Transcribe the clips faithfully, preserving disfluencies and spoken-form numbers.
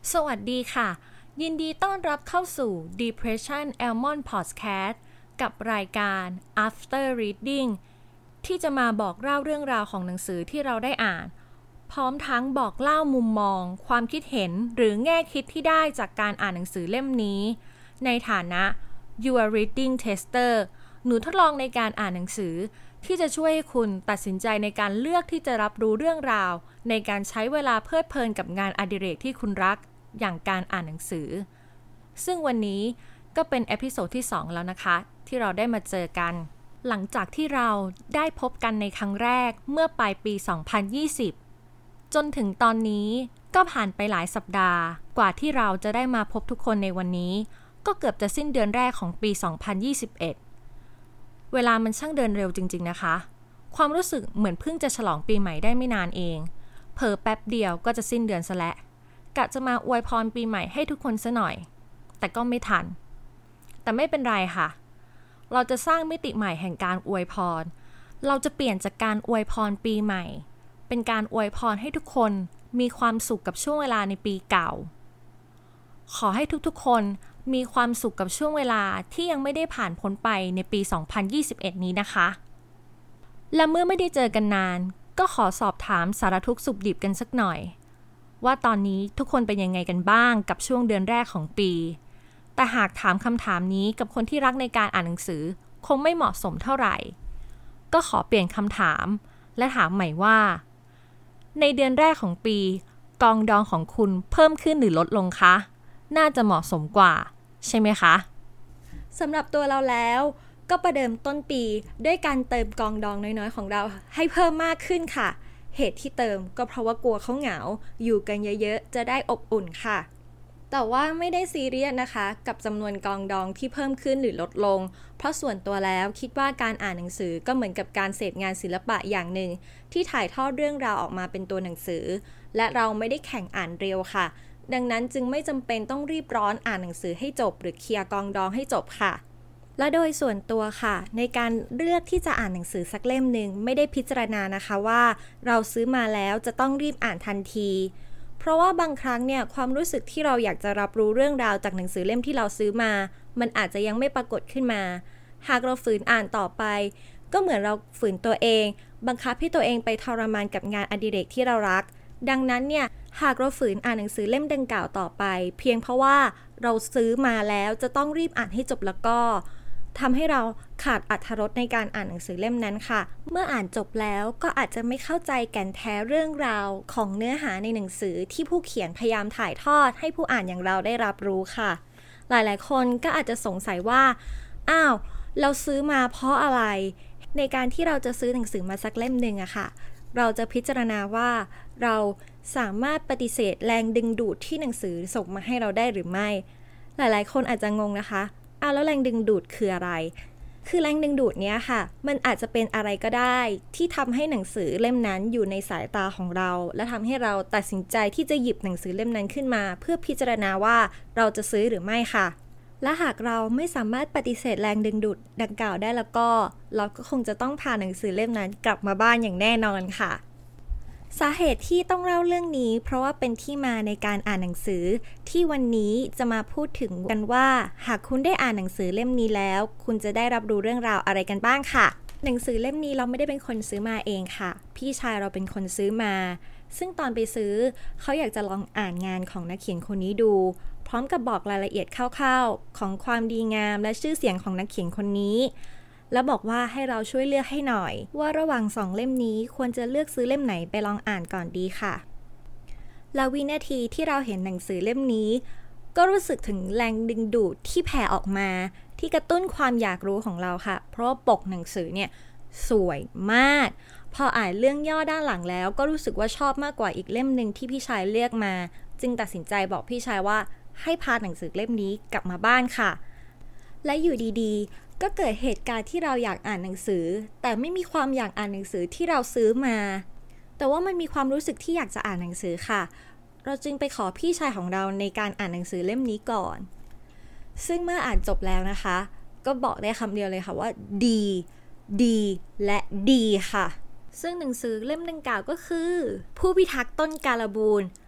สวัสดีค่ะยินดีต้อนรับเข้าสู่ Depression Almond Podcast กับรายการ After Reading ที่จะมาบอกเล่าเรื่องราวของหนังสือที่เราได้อ่านพร้อมทั้งบอกเล่ามุมมองความคิดเห็นหรือแง่คิดที่ได้จากการอ่านหนังสือเล่มนี้ในฐานะ Your Reading Tester หนูทดลองในการอ่านหนังสือที่จะช่วยให้คุณตัดสินใจในการเลือกที่จะรับรู้เรื่องราวในการใช้เวลาเพลิดเพลินกับงานอดิเรกที่คุณรักอย่างการอ่านหนังสือซึ่งวันนี้ก็เป็นเอพิโซดที่สองแล้วนะคะที่เราได้มาเจอกันหลังจากที่เราได้พบกันในครั้งแรกเมื่อปลายปีสองพันยี่สิบจนถึงตอนนี้ก็ผ่านไปหลายสัปดาห์กว่าที่เราจะได้มาพบทุกคนในวันนี้ก็เกือบจะสิ้นเดือนแรกของปีสองพันยี่สิบเอ็ดเวลามันช่างเดินเร็วจริงๆนะคะความรู้สึกเหมือนเพิ่งจะฉลองปีใหม่ได้ไม่นานเองเผลอแป๊บเดียวก็จะสิ้นเดือนซะแล้วกะจะมาอวยพรปีใหม่ให้ทุกคนซะหน่อยแต่ก็ไม่ทันแต่ไม่เป็นไรค่ะเราจะสร้างมิติใหม่แห่งการอวยพรเราจะเปลี่ยนจากการอวยพรปีใหม่เป็นการอวยพรให้ทุกคนมีความสุขกับช่วงเวลาในปีเก่าขอให้ทุกๆคนมีความสุขกับช่วงเวลาที่ยังไม่ได้ผ่านพ้นไปในปีสองพันยี่สิบเอ็ดนี้นะคะและเมื่อไม่ได้เจอกันนานก็ขอสอบถามสารทุกข์สุขดิบกันสักหน่อยว่าตอนนี้ทุกคนเป็นยังไงกันบ้างกับช่วงเดือนแรกของปีแต่หากถามคำถามนี้กับคนที่รักในการอ่านหนังสือคงไม่เหมาะสมเท่าไหร่ก็ขอเปลี่ยนคำถามและถามใหม่ว่าในเดือนแรกของปีกองดองของคุณเพิ่มขึ้นหรือลดลงคะน่าจะเหมาะสมกว่าใช่ไหมคะสำหรับตัวเราแล้วก็ประเดิมต้นปีด้วยการเติมกองดองน้อยๆของเราให้เพิ่มมากขึ้นค่ะเหตุที่เติมก็เพราะว่ากลัวเขาเหงาอยู่กันเยอะๆจะได้อบอุ่นค่ะแต่ว่าไม่ได้ซีเรียสนะคะกับจำนวนกองดองที่เพิ่มขึ้นหรือลดลงเพราะส่วนตัวแล้วคิดว่าการอ่านหนังสือก็เหมือนกับการเสพงานศิลปะอย่างหนึ่งที่ถ่ายทอดเรื่องราวออกมาเป็นตัวหนังสือและเราไม่ได้แข่งอ่านเร็วค่ะดังนั้นจึงไม่จำเป็นต้องรีบร้อนอ่านหนังสือให้จบหรือเคลียร์กองดองให้จบค่ะและโดยส่วนตัวค่ะในการเลือกที่จะอ่านหนังสือสักเล่มหนึ่งไม่ได้พิจารณานะคะว่าเราซื้อมาแล้วจะต้องรีบอ่านทันทีเพราะว่าบางครั้งเนี่ยความรู้สึกที่เราอยากจะรับรู้เรื่องราวจากหนังสือเล่มที่เราซื้อมามันอาจจะยังไม่ปรากฏขึ้นมาหากเราฝืนอ่านต่อไปก็เหมือนเราฝืนตัวเองบังคับให้ตัวเองไปทรมานกับงานอดิเรกที่เรารักดังนั้นเนี่ยหากเราฝืนอ่านหนังสือเล่มดังกล่าวต่อไปเพียงเพราะว่าเราซื้อมาแล้วจะต้องรีบอ่านให้จบแล้วก็ทำให้เราขาดอรรถรสในการอ่านหนังสือเล่มนั้นค่ะเมื่ออ่านจบแล้วก็อาจจะไม่เข้าใจแก่นแท้เรื่องราวของเนื้อหาในหนังสือที่ผู้เขียนพยายามถ่ายทอดให้ผู้อ่านอย่างเราได้รับรู้ค่ะหลายๆคนก็อาจจะสงสัยว่าอ้าวเราซื้อมาเพราะอะไรในการที่เราจะซื้อหนังสือมาสักเล่มหนึ่งอะค่ะเราจะพิจารณาว่าเราสามารถปฏิเสธแรงดึงดูดที่หนังสือส่งมาให้เราได้หรือไม่หลายๆคนอาจจะงงนะคะอ้าวแล้วแรงดึงดูดคืออะไรคือแรงดึงดูดเนี้ยค่ะมันอาจจะเป็นอะไรก็ได้ที่ทำให้หนังสือเล่มนั้นอยู่ในสายตาของเราและทำให้เราตัดสินใจที่จะหยิบหนังสือเล่มนั้นขึ้นมาเพื่อพิจารณาว่าเราจะซื้อหรือไม่ค่ะและหากเราไม่สามารถปฏิเสธแรงดึงดูดดังกล่าวได้แล้วก็เราก็คงจะต้องพาหนังสือเล่มนั้นกลับมาบ้านอย่างแน่นอนค่ะสาเหตุที่ต้องเล่าเรื่องนี้เพราะว่าเป็นที่มาในการอ่านหนังสือที่วันนี้จะมาพูดถึงกันว่าหากคุณได้อ่านหนังสือเล่มนี้แล้วคุณจะได้รับรู้เรื่องราวอะไรกันบ้างค่ะหนังสือเล่มนี้เราไม่ได้เป็นคนซื้อมาเองค่ะพี่ชายเราเป็นคนซื้อมาซึ่งตอนไปซื้อเขาอยากจะลองอ่านงานของนักเขียนคนนี้ดูพร้อมกับบอกรายละเอียดคร่าวๆของความดีงามและชื่อเสียงของนักเขียนคนนี้แล้วบอกว่าให้เราช่วยเลือกให้หน่อยว่าระหว่างสองเล่มนี้ควรจะเลือกซื้อเล่มไหนไปลองอ่านก่อนดีค่ะแล้ววินาทีที่เราเห็นหนังสือเล่มนี้ก็รู้สึกถึงแรงดึงดูดที่แผ่ออกมาที่กระตุ้นความอยากรู้ของเราค่ะเพราะว่าปกหนังสือเนี่ยสวยมากพออ่านเรื่องย่อด้านหลังแล้วก็รู้สึกว่าชอบมากกว่าอีกเล่มนึงที่พี่ชายเลือกมาจึงตัดสินใจบอกพี่ชายว่าให้พาหนังสือเล่มนี้กลับมาบ้านค่ะและอยู่ดีๆก็เกิดเหตุการณ์ที่เราอยากอ่านหนังสือแต่ไม่มีความอยากอ่านหนังสือที่เราซื้อมาแต่ว่ามันมีความรู้สึกที่อยากจะอ่านหนังสือค่ะเราจึงไปขอพี่ชายของเราในการอ่านหนังสือเล่มนี้ก่อนซึ่งเมื่ออ่านจบแล้วนะคะก็บอกได้คำเดียวเลยค่ะว่าดีดีและดีค่ะซึ่งหนังสือเล่มดังกล่าวก็คือผู้พิทักษ์ต้นการบูน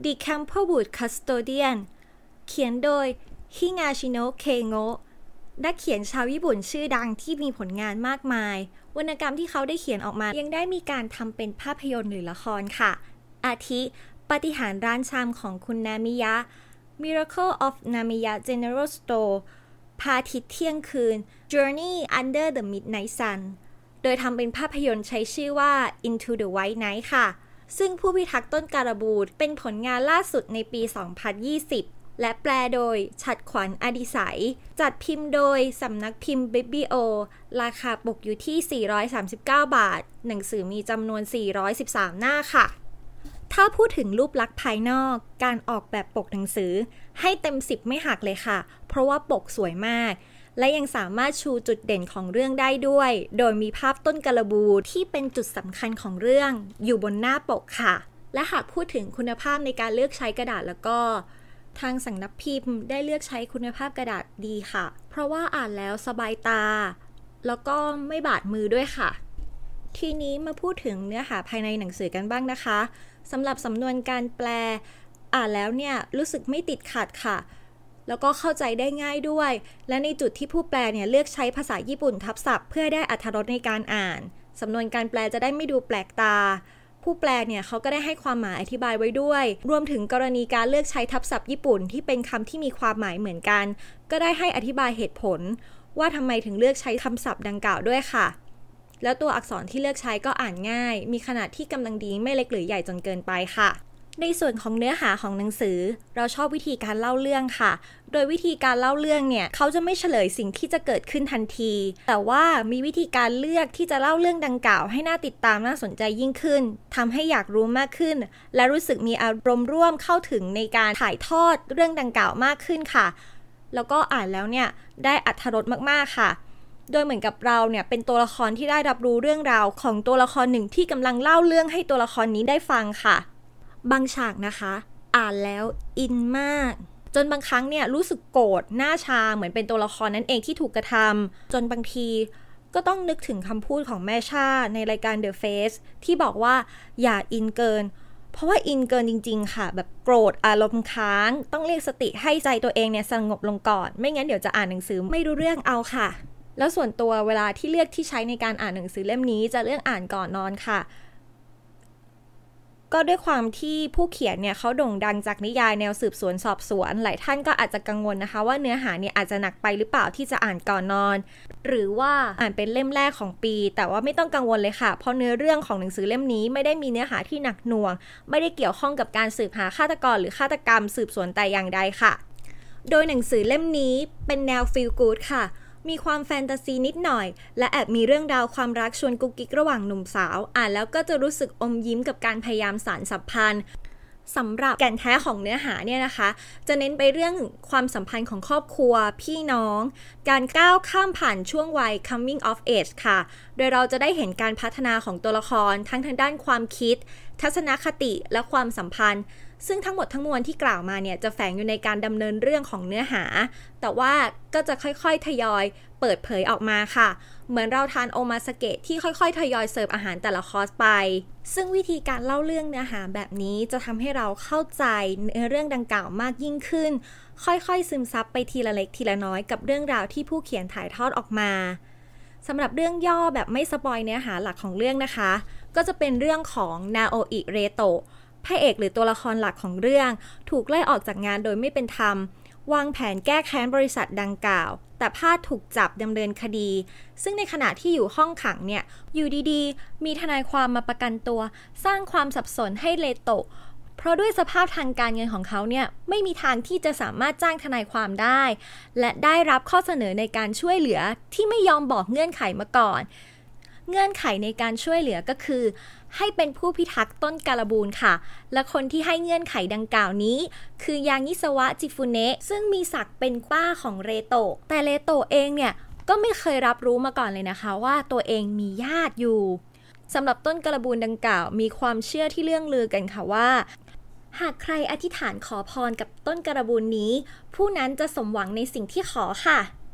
The Camperwood Custodian เขียนโดยฮิงาชิโนะเคโงะนักเขียนชาวญี่ปุ่นชื่อดังที่มีผลงานมากมายวรรณกรรมที่เขาได้เขียนออกมายังได้มีการทำเป็นภาพยนตร์หรือละครค่ะอาทิปาฏิหาริย์ร้านชามของคุณนามิยะ Miracle of Namiya General Store พระอาทิตย์เที่ยงคืน Journey Under the Midnight Sun โดยทำเป็นภาพยนตร์ใช้ชื่อว่า Into the White Night ค่ะซึ่งผู้พิทักษ์ต้นการบูดเป็นผลงานล่าสุดในปี สองพันยี่สิบ และแปลโดยฉัตรขวัญอดิศัยจัดพิมพ์โดยสำนักพิมพ์ Biblio ราคาปกอยู่ที่ สี่ร้อยสามสิบเก้า บาทหนังสือมีจำนวน สี่ร้อยสิบสาม หน้าค่ะถ้าพูดถึงรูปลักษณ์ภายนอกการออกแบบปกหนังสือให้เต็มสิบไม่หักเลยค่ะเพราะว่าปกสวยมากและยังสามารถชูจุดเด่นของเรื่องได้ด้วยโดยมีภาพต้นการบูดที่เป็นจุดสำคัญของเรื่องอยู่บนหน้าปกค่ะและหากพูดถึงคุณภาพในการเลือกใช้กระดาษแล้วก็ทางสำนักพิมพ์ได้เลือกใช้คุณภาพกระดาษดีค่ะเพราะว่าอ่านแล้วสบายตาแล้วก็ไม่บาดมือด้วยค่ะทีนี้มาพูดถึงเนื้อหาภายในหนังสือกันบ้างนะคะสำหรับสำนวนการแปลอ่านแล้วเนี่ยรู้สึกไม่ติดขัดค่ะแล้วก็เข้าใจได้ง่ายด้วยและในจุดที่ผู้แปลเนี่ยเลือกใช้ภาษาญี่ปุ่นทับศัพท์เพื่อได้อรรถรสในการอ่านสำนวนการแปลจะได้ไม่ดูแปลกตาผู้แปลเนี่ยเขาก็ได้ให้ความหมายอธิบายไว้ด้วยรวมถึงกรณีการเลือกใช้ทับศัพท์ญี่ปุ่นที่เป็นคำที่มีความหมายเหมือนกันก็ได้ให้อธิบายเหตุผลว่าทำไมถึงเลือกใช้คำศัพท์ดังกล่าวด้วยค่ะแล้วตัวอักษรที่เลือกใช้ก็อ่านง่ายมีขนาดที่กำลังดีไม่เล็กหรือใหญ่จนเกินไปค่ะในส่วนของเนื้อหาของหนังสือเราชอบวิธีการเล่าเรื่องค่ะโดยวิธีการเล่าเรื่องเนี่ยเขาจะไม่เฉลยสิ่งที่จะเกิดขึ้นทันทีแต่ว่ามีวิธีการเลือกที่จะเล่าเรื่องดังกล่าวให้น่าติดตามน่าสนใจยิ่งขึ้นทำให้อยากรู้มากขึ้นและรู้สึกมีอารมณ์ร่วมเข้าถึงในการถ่ายทอดเรื่องดังกล่าวมากขึ้นค่ะแล้วก็อ่านแล้วเนี่ยได้อรรถรสมากๆค่ะโดยเหมือนกับเราเนี่ยเป็นตัวละครที่ได้รับรู้เรื่องราวของตัวละครหนึ่งที่กำลังเล่าเรื่องให้ตัวละครนี้ได้ฟังค่ะบางฉากนะคะอ่านแล้วอินมากจนบางครั้งเนี่ยรู้สึกโกรธหน้าชาเหมือนเป็นตัวละครนั้นเองที่ถูกกระทำจนบางทีก็ต้องนึกถึงคำพูดของแม่ชาในรายการ The Face ที่บอกว่าอย่าอินเกินเพราะว่าอินเกินจริงๆค่ะแบบโกรธอารมณ์ค้างต้องเรียกสติให้ใจตัวเองเนี่ยสงบลงก่อนไม่งั้นเดี๋ยวจะอ่านหนังสือไม่รู้เรื่องเอาค่ะแล้วส่วนตัวเวลาที่เลือกที่ใช้ในการอ่านหนังสือเล่มนี้จะเลือกอ่านก่อนนอนค่ะก็ด้วยความที่ผู้เขียนเนี่ยเขาโด่งดังจากนิยายแนวสืบสวนสอบสวนหลายท่านก็อาจจะกังวลนะคะว่าเนื้อหาเนี่ยอาจจะหนักไปหรือเปล่าที่จะอ่านก่อนนอนหรือว่าอ่านเป็นเล่มแรกของปีแต่ว่าไม่ต้องกังวลเลยค่ะเพราะเนื้อเรื่องของหนังสือเล่มนี้ไม่ได้มีเนื้อหาที่หนักหน่วงไม่ได้เกี่ยวข้องกับการสืบหาฆาตกรหรือฆาตกรรมสืบสวนแต่อย่างใดค่ะโดยหนังสือเล่มนี้เป็นแนวฟีลกู๊ดค่ะมีความแฟนตาซีนิดหน่อยและแอบมีเรื่องราวความรักชวนกุ๊กกิ๊กระหว่างหนุ่มสาวอ่านแล้วก็จะรู้สึกอมยิ้มกับการพยายามสานสัมพันธ์สำหรับแก่นแท้ของเนื้อหาเนี่ยนะคะจะเน้นไปเรื่องความสัมพันธ์ของครอบครัวพี่น้องการก้าวข้ามผ่านช่วงวัย coming of age ค่ะโดยเราจะได้เห็นการพัฒนาของตัวละครทั้งทางด้านความคิดทัศนคติและความสัมพันธ์ซึ่งทั้งหมดทั้งมวลที่กล่าวมาเนี่ยจะแฝงอยู่ในการดำเนินเรื่องของเนื้อหาแต่ว่าก็จะค่อยๆทยอยเปิดเผยออกมาค่ะเหมือนเราทานโอมาสเกะที่ค่อยๆทยอยเสิร์ฟอาหารแต่ละคอร์สไปซึ่งวิธีการเล่าเรื่องเนื้อหาแบบนี้จะทำให้เราเข้าใจเนื้อเรื่องดังกล่าวมากยิ่งขึ้นค่อยๆซึมซับไปทีละเล็กทีละน้อยกับเรื่องราวที่ผู้เขียนถ่ายทอดออกมาสำหรับเรื่องย่อแบบไม่สปอยเนื้อหาหลักของเรื่องนะคะก็จะเป็นเรื่องของนาโออิเรโตะพระเอกหรือตัวละครหลักของเรื่องถูกไล่ออกจากงานโดยไม่เป็นธรรมวางแผนแก้แค้นบริษัทดังกล่าวแต่พลาดถูกจับดำเนินคดีซึ่งในขณะที่อยู่ห้องขังเนี่ยอยู่ดีๆมีทนายความมาประกันตัวสร้างความสับสนให้เลโตะเพราะด้วยสภาพทางการเงินของเขาเนี่ยไม่มีทางที่จะสามารถจ้างทนายความได้และได้รับข้อเสนอในการช่วยเหลือที่ไม่ยอมบอกเงื่อนไขมาก่อนเงื่อนไขในการช่วยเหลือก็คือให้เป็นผู้พิทักษ์ต้นการบูนค่ะและคนที่ให้เงื่อนไขดังกล่าวนี้คือยางิสวะจิฟุเนะซึ่งมีศักดิ์เป็นป้าของเรโตะแต่เรโตะเองเนี่ยก็ไม่เคยรับรู้มาก่อนเลยนะคะว่าตัวเองมีญาติอยู่สำหรับต้นการบูนดังกล่าวมีความเชื่อที่เลื่องลือกันค่ะว่าหากใครอธิษฐานขอพรกับต้นการบูนนี้ผู้นั้นจะสมหวังในสิ่งที่ขอค่ะ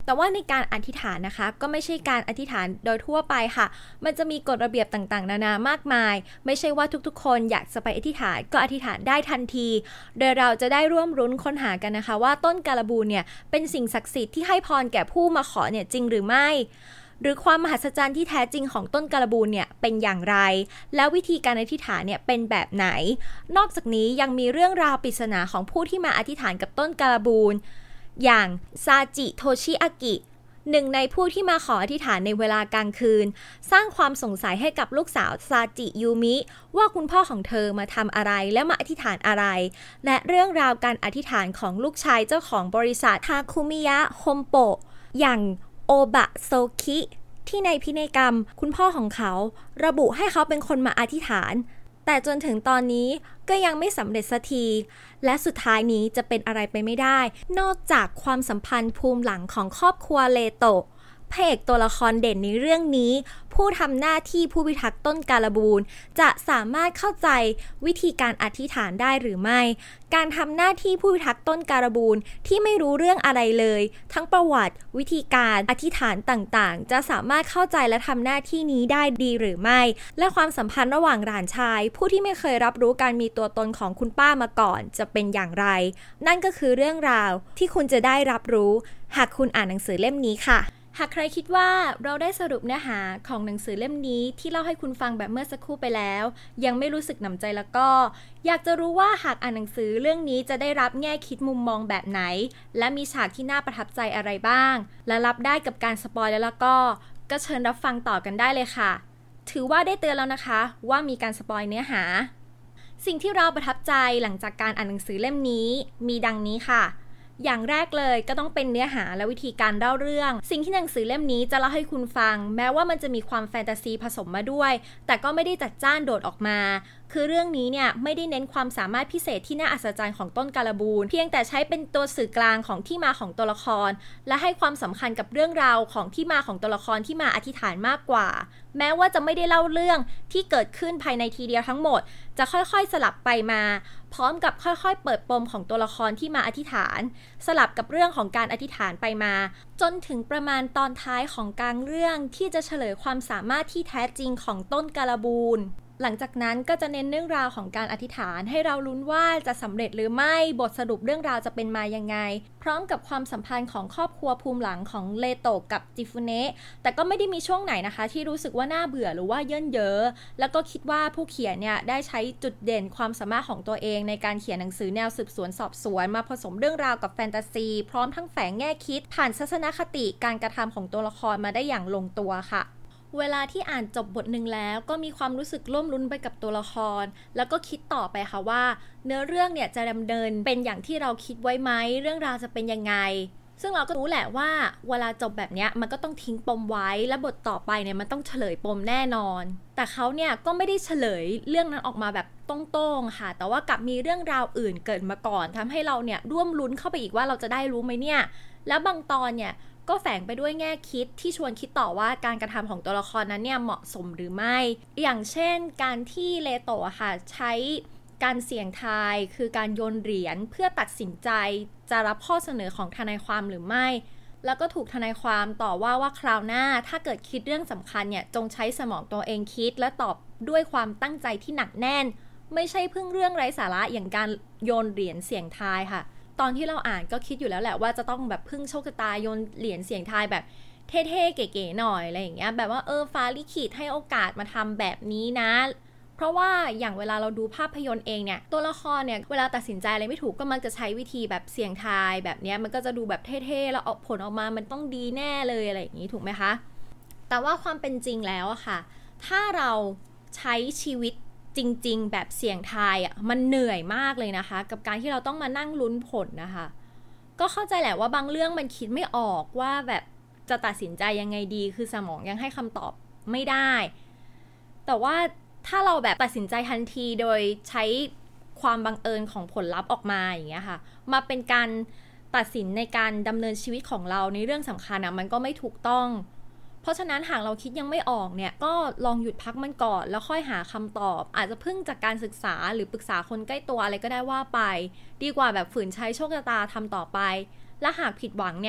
แต่ว่าในการอธิษฐานนะคะก็ไม่ใช่การอธิษฐานโดยทั่วไปค่ะมันจะมีกฎระเบียบต่างๆนานามากมายไม่ใช่ว่าทุกๆคนอยากจะไปอธิษฐานก็อธิษฐานได้ทันทีโดยเราจะได้ร่วมรุ้นค้นหากันนะคะว่าต้นการบูนเนี่ยเป็นสิ่งศักดิ์สิทธิ์ที่ให้พรแก่ผู้มาขอเนี่ยจริงหรือไม่หรือความมหัศจรรย์ที่แท้จริงของต้นการบูนเนี่ยเป็นอย่างไรแล้ววิธีการอธิษฐานเนี่ยเป็นแบบไหนนอกจากนี้ยังมีเรื่องราวปริศนาของผู้ที่มาอธิษฐานกับต้นการบูนอย่างซาจิโทชิอากิหนึ่งในผู้ที่มาขออธิษฐานในเวลากลางคืนสร้างความสงสัยให้กับลูกสาวซาจิยูมิว่าคุณพ่อของเธอมาทำอะไรและมาอธิษฐานอะไรและเรื่องราวการอธิษฐานของลูกชายเจ้าของบริษัททาคุมิยะโฮมโปะอย่างโอบะโซคิที่ในพินัยกรรมคุณพ่อของเขาระบุให้เขาเป็นคนมาอธิษฐานแต่จนถึงตอนนี้ก็ยังไม่สำเร็จสักทีและสุดท้ายนี้จะเป็นอะไรไปไม่ได้นอกจากความสัมพันธ์ภูมิหลังของครอบครัวเลโตะพระเอกตัวละครเด่นในเรื่องนี้ผู้ทำหน้าที่ผู้พิทักษ์ต้นการบูนจะสามารถเข้าใจวิธีการอธิษฐานได้หรือไม่การทำหน้าที่ผู้พิทักษ์ต้นการบูนที่ไม่รู้เรื่องอะไรเลยทั้งประวัติวิธีการอธิษฐานต่างๆจะสามารถเข้าใจและทำหน้าที่นี้ได้ดีหรือไม่และความสัมพันธ์ระหว่างหลานชายผู้ที่ไม่เคยรับรู้การมีตัวตนของคุณป้ามาก่อนจะเป็นอย่างไรนั่นก็คือเรื่องราวที่คุณจะได้รับรู้หากคุณอ่านหนังสือเล่มนี้ค่ะหากใครคิดว่าเราได้สรุปเนื้อหาของหนังสือเล่มนี้ที่เล่าให้คุณฟังแบบเมื่อสักครู่ไปแล้วยังไม่รู้สึกหนำใจแล้วก็อยากจะรู้ว่าหากอ่านหนังสือเรื่องนี้จะได้รับแง่คิดมุมมองแบบไหนและมีฉากที่น่าประทับใจอะไรบ้างและรับได้กับการสปอยแล้วแล้วก็ก็เชิญรับฟังต่อกันได้เลยค่ะถือว่าได้เตือนแล้วนะคะว่ามีการสปอยเนื้อหาสิ่งที่เราประทับใจหลังจากการอ่านหนังสือเล่มนี้มีดังนี้ค่ะอย่างแรกเลยก็ต้องเป็นเนื้อหาและวิธีการเล่าเรื่องสิ่งที่หนังสือเล่มนี้จะเล่าให้คุณฟังแม้ว่ามันจะมีความแฟนตาซีผสมมาด้วยแต่ก็ไม่ได้จัดจ้านโดดออกมาคือเรื่องนี้เนี่ยไม่ได้เน้นความสามารถพิเศษที่น่าอัศจรรย์ของต้นการบูนเพียงแต่ใช้เป็นตัวสื่อกลางของที่มาของตัวละครและให้ความสำคัญกับเรื่องราวของที่มาของตัวละครที่มาอธิษฐานมากกว่าแม้ว่าจะไม่ได้เล่าเรื่องที่เกิดขึ้นภายในทีเดียวทั้งหมดจะค่อยๆสลับไปมาพร้อมกับค่อยๆเปิดปมของตัวละครที่มาอธิษฐานสลับกับเรื่องของการอธิษฐานไปมาจนถึงประมาณตอนท้ายของกลางเรื่องที่จะเฉลยความสามารถที่แท้จริงของต้นการบูนหลังจากนั้นก็จะเน้นเรื่องราวของการอธิษฐานให้เราลุ้นว่าจะสำเร็จหรือไม่บทสรุปเรื่องราวจะเป็นมายังไงพร้อมกับความสัมพันธ์ของครอบครัวภูมิหลังของเลโตะกับจิฟุเนะแต่ก็ไม่ได้มีช่วงไหนนะคะที่รู้สึกว่าน่าเบื่อหรือว่าเยินเย้อแล้วก็คิดว่าผู้เขียนเนี่ยได้ใช้จุดเด่นความสามารถของตัวเองในการเขียนหนังสือแนวสืบสวนสอบสวนมาผสมเรื่องราวกับแฟนตาซีพร้อมทั้งแฝงแง่คิดผ่านทัศนคติการกระทำของตัวละครมาได้อย่างลงตัวค่ะเวลาที่อ่านจบบทหนึ่งแล้วก็มีความรู้สึกร่วมรุ้นไปกับตัวละครแล้วก็คิดต่อไปค่ะว่าเนื้อเรื่องเนี่ยจะดำเนินเป็นอย่างที่เราคิดไว้ไหมเรื่องราวจะเป็นยังไงซึ่งเราก็รู้แหละว่าเวลาจบแบบเนี้ยมันก็ต้องทิ้งปมไว้และบทต่อไปเนี่ยมันต้องเฉลยปมแน่นอนแต่เขาเนี่ยก็ไม่ได้เฉลยเรื่องนั้นออกมาแบบตรงๆค่ะแต่ว่ากลับมีเรื่องราวอื่นเกิดมาก่อนทำให้เราเนี่ยร่วมลุ้นเข้าไปอีกว่าเราจะได้รู้ไหมเนี่ยแล้วบางตอนเนี่ยก็แฝงไปด้วยแง่คิดที่ชวนคิดต่อว่าการกระทำของตัวละครนั้นเนี่ยเหมาะสมหรือไม่อย่างเช่นการที่เลโตะค่ะใช้การเสี่ยงทายคือการโยนเหรียญเพื่อตัดสินใจจะรับข้อเสนอของทนายความหรือไม่แล้วก็ถูกทนายความต่อว่าว่าคราวหน้าถ้าเกิดคิดเรื่องสำคัญเนี่ยจงใช้สมองตัวเองคิดและตอบด้วยความตั้งใจที่หนักแน่นไม่ใช่เพิ่งเรื่องไร้สาระอย่างการโยนเหรียญเสี่ยงทายค่ะตอนที่เราอ่านก็คิดอยู่แล้วแหละว่าจะต้องแบบพึ่งโชคชะตาโยนเหรียญเสี่ยงทายแบบเท่ๆเก๋ๆหน่อยอะไรอย่างเงี้ยแบบว่าเออฟ้าลิขิตให้โอกาสมาทำแบบนี้นะเพราะว่าอย่างเวลาเราดูภาพยนตร์เองเนี่ยตัวละครเนี่ยเวลาตัดสินใจอะไรไม่ถูกก็มักจะใช้วิธีแบบเสี่ยงทายแบบเนี้ยมันก็จะดูแบบเท่ๆแล้วออกผลออกมามันต้องดีแน่เลยอะไรอย่างงี้ถูกไหมคะแต่ว่าความเป็นจริงแล้วอะค่ะถ้าเราใช้ชีวิตจริงๆแบบเสี่ยงทายอ่ะมันเหนื่อยมากเลยนะคะกับการที่เราต้องมานั่งลุ้นผลนะคะก็เข้าใจแหละว่าบางเรื่องมันคิดไม่ออกว่าแบบจะตัดสินใจยังไงดีคือสมองยังให้คำตอบไม่ได้แต่ว่าถ้าเราแบบตัดสินใจทันทีโดยใช้ความบังเอิญของผลลัพธ์ออกมาอย่างเงี้ยค่ะมาเป็นการตัดสินในการดำเนินชีวิตของเราในเรื่องสำคัญอ่ะมันก็ไม่ถูกต้องเพราะฉะนั้นหากเราคิดยังไม่ออกเนี่ยก็ลองหยุดพักมันก่อนแล้วค่อยหาคำตอบอาจจะพึ่งจากการศึกษาหรือปรึกษาคนใกล้ตัวอะไรก็ได้ว่าไปดีกว่าแบบฝืนใช้โชคชะตาทำต่อไปและหากผิดหวังเนี่ย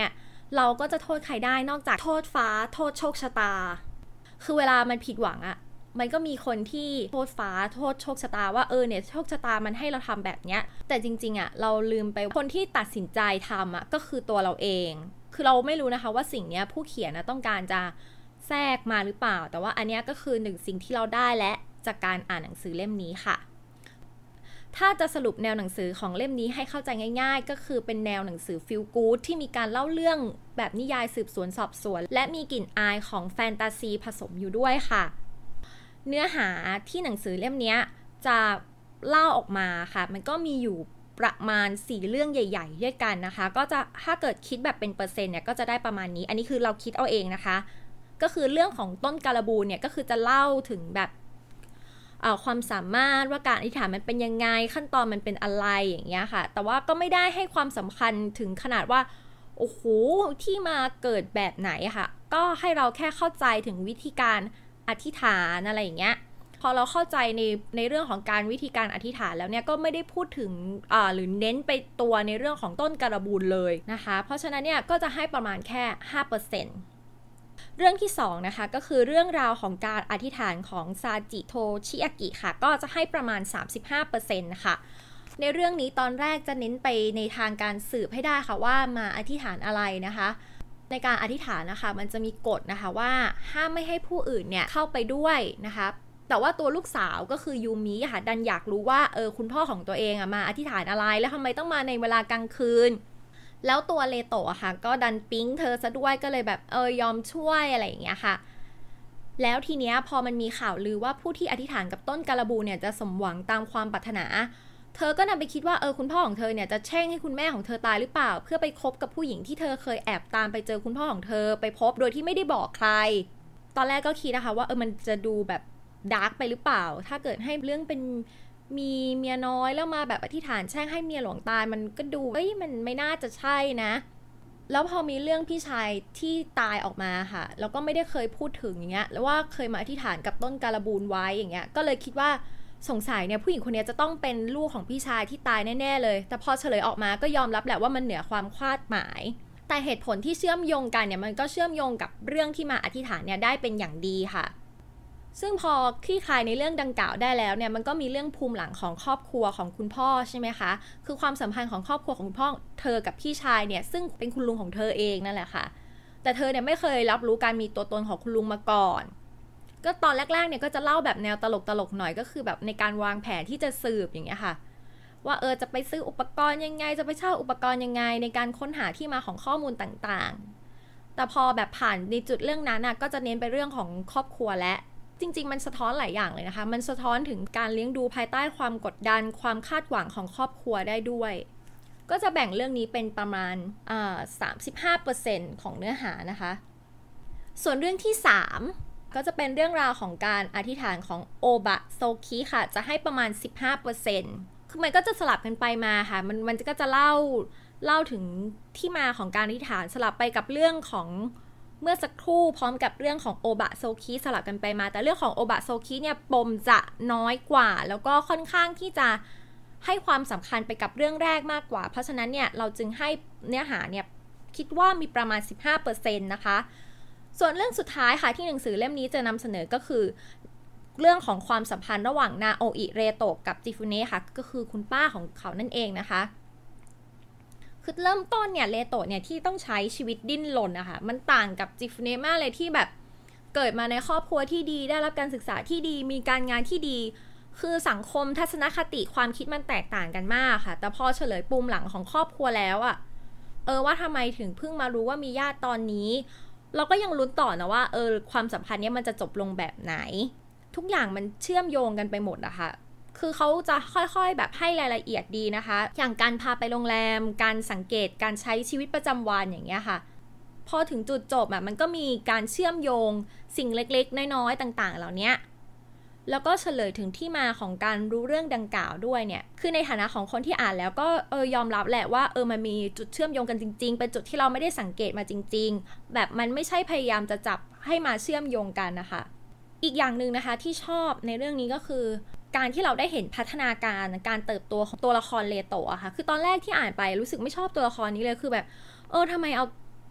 เราก็จะโทษใครได้นอกจากโทษฟ้าโทษโชคชะตาคือเวลามันผิดหวังอะมันก็มีคนที่โทษฟ้าโทษโชคชะตาว่าเออเนี่ยโชคชะตามันให้เราทำแบบเนี้ยแต่จริงๆอะเราลืมไปคนที่ตัดสินใจทำอะก็คือตัวเราเองคือเราไม่รู้นะคะว่าสิ่งเนี้ยผู้เขียนนะต้องการจะแทรกมาหรือเปล่าแต่ว่าอันเนี้ยก็คือหนึ่งสิ่งที่เราได้และจากการอ่านหนังสือเล่มนี้ค่ะถ้าจะสรุปแนวหนังสือของเล่มนี้ให้เข้าใจง่ายๆก็คือเป็นแนวหนังสือฟีลกู๊ดที่มีการเล่าเรื่องแบบนิยายสืบสวนสอบสวนและมีกลิ่นอายของแฟนตาซีผสมอยู่ด้วยค่ะเนื้อหาที่หนังสือเล่มนี้จะเล่าออกมาค่ะมันก็มีอยู่ประมาณสี่เรื่องใหญ่ๆด้วยกันนะคะก็จะถ้าเกิดคิดแบบเป็นเปอร์เซ็นต์เนี่ยก็จะได้ประมาณนี้อันนี้คือเราคิดเอาเองนะคะก็คือเรื่องของต้นการบูนเนี่ยก็คือจะเล่าถึงแบบความสามารถว่าการอธิษฐานมันเป็นยังไงขั้นตอนมันเป็นอะไรอย่างเงี้ยค่ะแต่ว่าก็ไม่ได้ให้ความสำคัญถึงขนาดว่าโอ้โหที่มาเกิดแบบไหนค่ะก็ให้เราแค่เข้าใจถึงวิธีการอธิษฐานอะไรอย่างเงี้ยพอเราเข้าใจในในเรื่องของการวิธีการอธิษฐานแล้วเนี่ยก็ไม่ได้พูดถึงอ่าหรือเน้นไปตัวในเรื่องของต้นการบูนเลยนะคะเพราะฉะนั้นเนี่ยก็จะให้ประมาณแค่ ห้าเปอร์เซ็นต์เรื่องที่สองนะคะก็คือเรื่องราวของการอธิษฐานของซาจิโทชิอากิค่ะก็จะให้ประมาณ สามสิบห้าเปอร์เซ็นต์ ค่ะในเรื่องนี้ตอนแรกจะเน้นไปในทางการสืบให้ได้ค่ะว่ามาอธิษฐานอะไรนะคะในการอธิษฐานนะคะมันจะมีกฎนะคะว่าห้ามไม่ให้ผู้อื่นเนี่ยเข้าไปด้วยนะคะแต่ว่าตัวลูกสาวก็คือยูมิค่ะดันอยากรู้ว่าเออคุณพ่อของตัวเองอะมาอธิษฐานอะไรแล้วทำไมต้องมาในเวลากลางคืนแล้วตัวเลโตะค่ะก็ดันปิ๊งเธอซะด้วยก็เลยแบบเออยอมช่วยอะไรอย่างเงี้ยค่ะแล้วทีเนี้ยพอมันมีข่าวลือว่าผู้ที่อธิษฐานกับต้นการบูเนี่ยจะสมหวังตามความปรารถนาเธอก็นำไปคิดว่าเออคุณพ่อของเธอเนี่ยจะแช่งให้คุณแม่ของเธอตายหรือเปล่าเพื่อไปคบกับผู้หญิงที่เธอเคยแอบตามไปเจอคุณพ่อของเธอไปพบโดยที่ไม่ได้บอกใครตอนแรกก็คิดนะคะว่าเออมันจะดูแบบดาร์กไปหรือเปล่าถ้าเกิดให้เรื่องเป็นมีเมียน้อยแล้วมาแบบอธิษฐานแช่งให้เมียหลวงตายมันก็ดูเอ้ยมันไม่น่าจะใช่นะแล้วพอมีเรื่องพี่ชายที่ตายออกมาค่ะแล้วก็ไม่ได้เคยพูดถึงอย่างเงี้ยแล้วว่าเคยมาอธิษฐานกับต้นการบูนไว้อย่างเงี้ยก็เลยคิดว่าสงสัยเนี่ยผู้หญิงคนนี้จะต้องเป็นลูกของพี่ชายที่ตายแน่ๆเลยแต่พอเฉลยออกมาก็ยอมรับแหละว่ามันเหนือความคาดหมายแต่เหตุผลที่เชื่อมโยงกันเนี่ยมันก็เชื่อมโยงกับเรื่องที่มาอธิษฐานเนี่ยได้เป็นอย่างดีค่ะซึ่งพอคลี่คลายในเรื่องดังกล่าวได้แล้วเนี่ยมันก็มีเรื่องภูมิหลังของครอบครัวของคุณพ่อใช่ไหมคะคือความสัมพันธ์ของครอบครัวของคุณพ่อเธอกับพี่ชายเนี่ยซึ่งเป็นคุณลุงของเธอเองนั่นแหละค่ะแต่เธอเนี่ยไม่เคยรับรู้การมีตัวตนของคุณลุงมาก่อนก็ตอนแรกๆเนี่ยก็จะเล่าแบบแนวตลกๆหน่อยก็คือแบบในการวางแผนที่จะสืบอย่างเงี้ยค่ะว่าเออจะไปซื้ออุปกรณ์ยังไงจะไปเช่าอุปกรณ์ยังไงในการค้นหาที่มาของข้อมูลต่างๆแต่พอแบบผ่านในจุดเรื่องนั้นน่ะก็จะเน้นไปเรื่องของครอบครัวและจริงๆมันสะท้อนหลายอย่างเลยนะคะมันสะท้อนถึงการเลี้ยงดูภายใต้ความกดดันความคาดหวังของครอบครัวได้ด้วยก็จะแบ่งเรื่องนี้เป็นประมาณอ่า สามสิบห้าเปอร์เซ็นต์ ของเนื้อหานะคะส่วนเรื่องที่สามก็จะเป็นเรื่องราวของการอธิษฐานของโอบะโซคิค่ะจะให้ประมาณ สิบห้าเปอร์เซ็นต์ คือมันก็จะสลับกันไปมาค่ะมันมันก็จะเล่าเล่าถึงที่มาของการอธิษฐานสลับไปกับเรื่องของเมื่อสักครู่พร้อมกับเรื่องของโอบะโซคิสลับกันไปมาแต่เรื่องของโอบะโซคิเนี่ยปมจะน้อยกว่าแล้วก็ค่อนข้างที่จะให้ความสำคัญไปกับเรื่องแรกมากกว่าเพราะฉะนั้นเนี่ยเราจึงให้เนื้อหาเนี่ยคิดว่ามีประมาณ สิบห้าเปอร์เซ็นต์ นะคะส่วนเรื่องสุดท้ายค่ะที่หนังสือเล่มนี้จะนำเสนอก็คือเรื่องของความสัมพันธ์ระหว่างนาโออิเรโตะกับจิฟุเนะค่ะก็คือคุณป้าของเขานั่นเองนะคะคือเริ่มต้นเนี่ยเรโตะเนี่ยที่ต้องใช้ชีวิตดิ้นรนนะคะมันต่างกับจิฟุเนะมากเลยที่แบบเกิดมาในครอบครัวที่ดีได้รับการศึกษาที่ดีมีการงานที่ดีคือสังคมทัศนคติความคิดมันแตกต่างกันมากค่ะแต่พอเฉลยปุ่มหลังของครอบครัวแล้วอะเออว่าทำไมถึงเพิ่งมารู้ว่ามีญาติตอนนี้เราก็ยังลุ้นต่อนะว่าเออความสัมพันธ์นี้มันจะจบลงแบบไหนทุกอย่างมันเชื่อมโยงกันไปหมดอะค่ะคือเขาจะค่อยๆแบบให้รายละเอียดดีนะคะอย่างการพาไปโรงแรมการสังเกตการใช้ชีวิตประจำวันอย่างเงี้ยค่ะพอถึงจุดจบอะมันก็มีการเชื่อมโยงสิ่งเล็กๆน้อยๆต่างๆเหล่านี้แล้วก็เฉลยถึงที่มาของการรู้เรื่องดังกล่าวด้วยเนี่ยคือในฐานะของคนที่อ่านแล้วก็เออยอมรับแหละว่าเออมันมีจุดเชื่อมโยงกันจริงๆเป็นจุดที่เราไม่ได้สังเกตมาจริงๆแบบมันไม่ใช่พยายามจะจับให้มาเชื่อมโยงกันนะคะอีกอย่างนึงนะคะที่ชอบในเรื่องนี้ก็คือการที่เราได้เห็นพัฒนาการการเติบโตของตัวละครเลโตะค่ะคือตอนแรกที่อ่านไปรู้สึกไม่ชอบตัวละครนี้เลยคือแบบเออทำไมเอา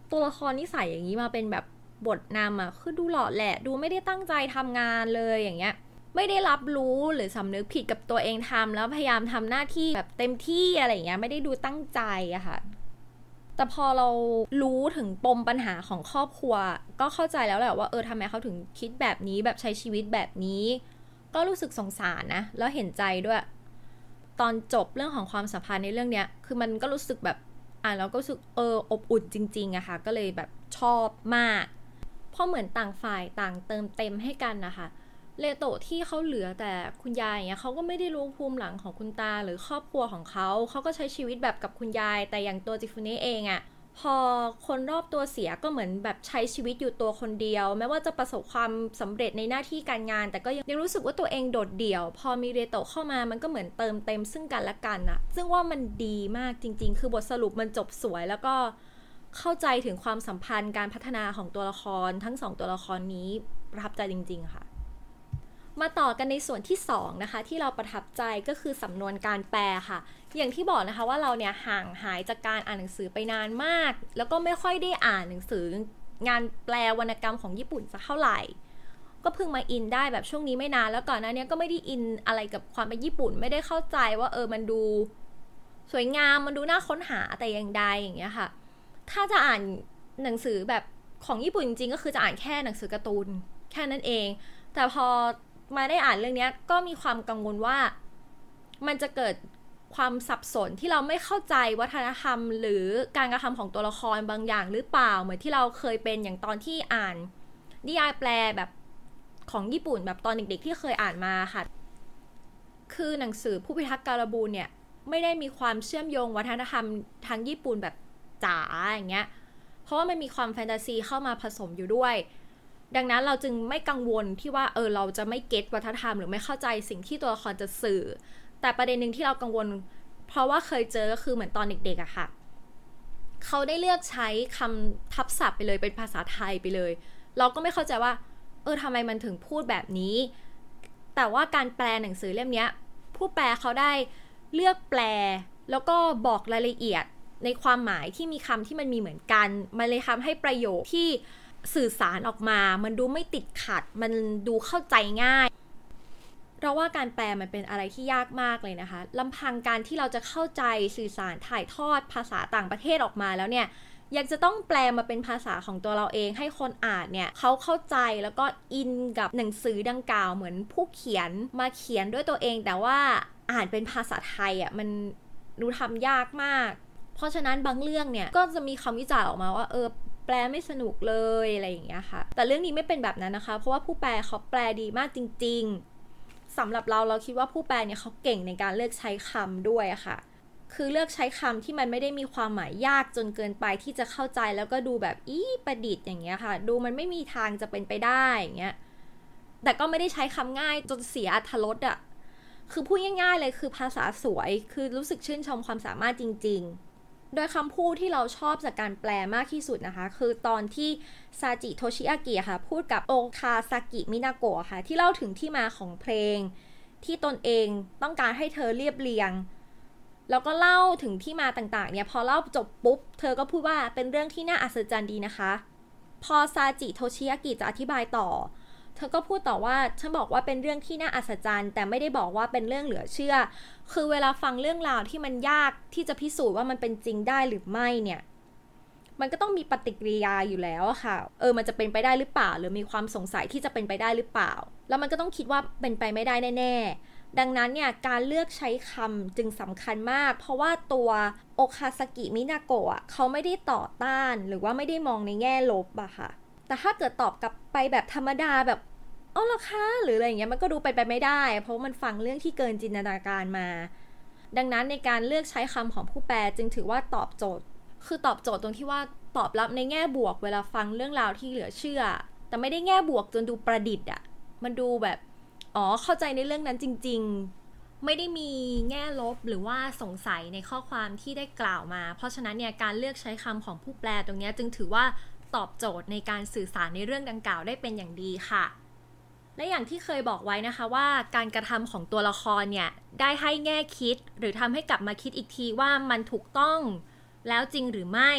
ตัวละครนิสัยอย่างนี้มาเป็นแบบบทนำอ่ะคือดูหล่อแหละดูไม่ได้ตั้งใจทำงานเลยอย่างเงี้ยไม่ได้รับรู้หรือสำนึกผิดกับตัวเองทำแล้วพยายามทำหน้าที่แบบเต็มที่อะไรอย่างเงี้ยไม่ได้ดูตั้งใจอะค่ะแต่พอเรารู้ถึงปมปัญหาของครอบครัวก็เข้าใจแล้วแหละว่าเออทำไมเขาถึงคิดแบบนี้แบบใช้ชีวิตแบบนี้ก็รู้สึกสงสารนะแล้วเห็นใจด้วยตอนจบเรื่องของความสัมพันธ์ในเรื่องเนี้ยคือมันก็รู้สึกแบบอ่ะแล้วก็รู้สึกเอออบอุ่นจริงๆอะค่ะก็เลยแบบชอบมากเพราะเหมือนต่างฝ่ายต่างเติมเต็มให้กันนะคะเลโตะที่เขาเหลือแต่คุณยายอย่างเงี้ยเขาก็ไม่ได้รู้ภูมิหลังของคุณตาหรือครอบครัวของเขาเขาก็ใช้ชีวิตแบบกับคุณยายแต่อย่างตัวจิฟุเนะเองอะพอคนรอบตัวเสียก็เหมือนแบบใช้ชีวิตอยู่ตัวคนเดียวแม้ว่าจะประสบความสำเร็จในหน้าที่การงานแต่ก็ยังรู้สึกว่าตัวเองโดดเดี่ยวพอมีเลโตะเข้ามามันก็เหมือนเติมเต็มซึ่งกันและกันอะซึ่งว่ามันดีมากจริงๆคือบทสรุปมันจบสวยแล้วก็เข้าใจถึงความสัมพันธ์การพัฒนาของตัวละครทั้งสองตัวละครนี้ประทับใจจริงๆค่ะมาต่อกันในส่วนที่สองนะคะที่เราประทับใจก็คือสำนวนการแปลค่ะอย่างที่บอกนะคะว่าเราเนี่ยห่างหายจากการอ่านหนังสือไปนานมากแล้วก็ไม่ค่อยได้อ่านหนังสืองานแปลวรรณกรรมของญี่ปุ่นสักเท่าไหร่ก็เพิ่งมาอินได้แบบช่วงนี้ไม่นานแล้วก่อนหน้านี้ก็ไม่ได้อินอะไรกับความเป็นญี่ปุ่นไม่ได้เข้าใจว่าเออมันดูสวยงามมันดูน่าค้นหาแต่อย่างใดอย่างเงี้ยค่ะถ้าจะอ่านหนังสือแบบของญี่ปุ่นจริงๆก็คือจะอ่านแค่หนังสือการ์ตูนแค่นั้นเองแต่พอมาได้อ่านเรื่องนี้ก็มีความกังวลว่ามันจะเกิดความสับสนที่เราไม่เข้าใจวัฒนธรรมหรือการกระทำของตัวละครบางอย่างหรือเปล่าเหมือนที่เราเคยเป็นอย่างตอนที่อ่านนิยายแปลแบบของญี่ปุ่นแบบตอนเด็กๆที่เคยอ่านมาค่ะคือหนังสือผู้พิทักษ์การบูนเนี่ยไม่ได้มีความเชื่อมโยงวัฒนธรรมทางญี่ปุ่นแบบจ๋าอย่างเงี้ยเพราะว่ามันมีความแฟนตาซีเข้ามาผสมอยู่ด้วยดังนั้นเราจึงไม่กังวลที่ว่าเออเราจะไม่เก็ตวัฒนธรรมหรือไม่เข้าใจสิ่งที่ตัวละครจะสื่อแต่ประเด็นหนึ่งที่เรากังวลเพราะว่าเคยเจอก็คือเหมือนตอนเด็กๆอะค่ะเขาได้เลือกใช้คำทับศัพท์ไปเลยเป็นภาษาไทยไปเลยเราก็ไม่เข้าใจว่าเออทำไมมันถึงพูดแบบนี้แต่ว่าการแปลหนังสือเล่มนี้ผู้แปลเขาได้เลือกแปลแล้วก็บอกรายละเอียดในความหมายที่มีคำที่มันมีเหมือนกันมันเลยทำให้ประโยคที่สื่อสารออกมามันดูไม่ติดขัดมันดูเข้าใจง่ายเราว่าการแปลมันเป็นอะไรที่ยากมากเลยนะคะลำพังการที่เราจะเข้าใจสื่อสารถ่ายทอดภาษาต่างประเทศออกมาแล้วเนี่ยยังจะต้องแปลมาเป็นภาษาของตัวเราเองให้คนอ่านเนี่ยเขาเข้าใจแล้วก็อินกับหนังสือดังกล่าวเหมือนผู้เขียนมาเขียนด้วยตัวเองแต่ว่าอ่านเป็นภาษาไทยอ่ะมันดูทำยากมากเพราะฉะนั้นบางเรื่องเนี่ยก็จะมีคำวิจารณ์ออกมาว่าเออแปลไม่สนุกเลยอะไรอย่างเงี้ยค่ะแต่เรื่องนี้ไม่เป็นแบบนั้นนะคะเพราะว่าผู้แปลเขาแปลดีมากจริงๆสำหรับเราเราคิดว่าผู้แปลเนี่ยเขาเก่งในการเลือกใช้คำด้วยอะค่ะคือเลือกใช้คำที่มันไม่ได้มีความหมายยากจนเกินไปที่จะเข้าใจแล้วก็ดูแบบอีประดิษฐ์อย่างเงี้ยค่ะดูมันไม่มีทางจะเป็นไปได้อย่างเงี้ยแต่ก็ไม่ได้ใช้คำง่ายจนเสียอรรถรสอะคือพูดง่ายๆเลยคือภาษาสวยคือรู้สึกชื่นชมความสามารถจริงๆโดยคำพูดที่เราชอบจากการแปลมากที่สุดนะคะคือตอนที่ซาจิโทชิอากิค่ะพูดกับโอคาซากิมินาโกะค่ะที่เล่าถึงที่มาของเพลงที่ตนเองต้องการให้เธอเรียบเรียงแล้วก็เล่าถึงที่มาต่างๆเนี่ยพอเล่าจบปุ๊บเธอก็พูดว่าเป็นเรื่องที่น่าอัศจรรย์ดีนะคะพอซาจิโทชิอากิจะอธิบายต่อเธอก็พูดต่อว่าฉันบอกว่าเป็นเรื่องที่น่าอัศจรรย์แต่ไม่ได้บอกว่าเป็นเรื่องเหลือเชื่อคือเวลาฟังเรื่องราวที่มันยากที่จะพิสูจน์ว่ามันเป็นจริงได้หรือไม่เนี่ยมันก็ต้องมีปฏิกิริยาอยู่แล้วค่ะเออมันจะเป็นไปได้หรือเปล่าหรือมีความสงสัยที่จะเป็นไปได้หรือเปล่าแล้วมันก็ต้องคิดว่าเป็นไปไม่ได้แน่ๆดังนั้นเนี่ยการเลือกใช้คำจึงสำคัญมากเพราะว่าตัวโอคาซากิมินาโกะเขาไม่ได้ต่อต้านหรือว่าไม่ได้มองในแง่ลบอะค่ะแต่ถ้าเกิดตอบกลับไปแบบธรรมดาแบบอ๋อเหรอคะหรืออะไรอย่างเงี้ยมันก็ดูไปไปไม่ได้เพราะมันฟังเรื่องที่เกินจินตนาการมาดังนั้นในการเลือกใช้คำของผู้แปลจึงถือว่าตอบโจทย์คือตอบโจทย์ตรงที่ว่าตอบรับในแง่บวกเวลาฟังเรื่องราวที่เหลือเชื่อแต่ไม่ได้แง่บวกจนดูประดิษฐ์อะมันดูแบบอ๋อเข้าใจในเรื่องนั้นจริงๆไม่ได้มีแง่ลบหรือว่าสงสัยในข้อความที่ได้กล่าวมาเพราะฉะนั้นเนี่ยการเลือกใช้คำของผู้แปลตรงนี้จึงถือว่าตอบโจทย์ในการสื่อสารในเรื่องดังกล่าวได้เป็นอย่างดีค่ะและอย่างที่เคยบอกไว้นะคะว่าการกระทำของตัวละครเนี่ยได้ให้แง่คิดหรือทำให้กลับมาคิดอีกทีว่ามันถูกต้องแล้วจริงหรือไม่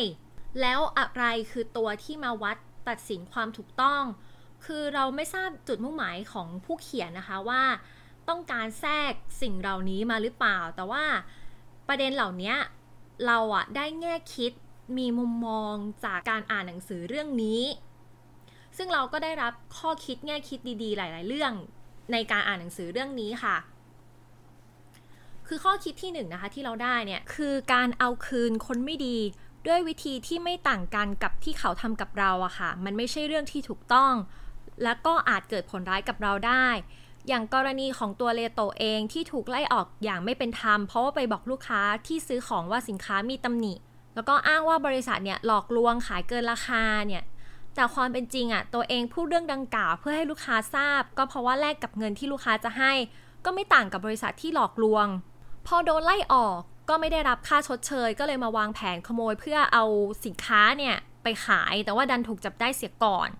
แล้วอะไรคือตัวที่มาวัดตัดสินความถูกต้องคือเราไม่ทราบจุดมุ่งหมายของผู้เขียนนะคะว่าต้องการแทรกสิ่งเหล่านี้มาหรือเปล่าแต่ว่าประเด็นเหล่านี้เราอะได้แง่คิดมีมุมมองจากการอ่านหนังสือเรื่องนี้ซึ่งเราก็ได้รับข้อคิดแง่คิดดีๆหลายๆเรื่องในการอ่านหนังสือเรื่องนี้ค่ะคือข้อคิดที่หนึ่งนะคะที่เราได้เนี่ยคือการเอาคืนคนไม่ดีด้วยวิธีที่ไม่ต่างกันกับที่เขาทำกับเราอะค่ะมันไม่ใช่เรื่องที่ถูกต้องและก็อาจเกิดผลร้ายกับเราได้อย่างกรณีของตัวเลโตเองที่ถูกไล่ออกอย่างไม่เป็นธรรมเพราะว่าไปบอกลูกค้าที่ซื้อของว่าสินค้ามีตำหนิแล้วก็อ้างว่าบริษัทเนี่ยหลอกลวงขายเกินราคาเนี่ยแต่ความเป็นจริงอะตัวเองพูดเรื่องดังกล่าวเพื่อให้ลูกค้าทราบก็เพราะว่าแลกกับเงินที่ลูกค้าจะให้ก็ไม่ต่างกับบริษัทที่หลอกลวงพอโดนไล่ออกก็ไม่ได้รับค่าชดเชยก็เลยมาวางแผนขโมยเพื่อเอาสินค้าเนี่ยไปขายแต่ว่าดันถูกจับได้เสียก่อน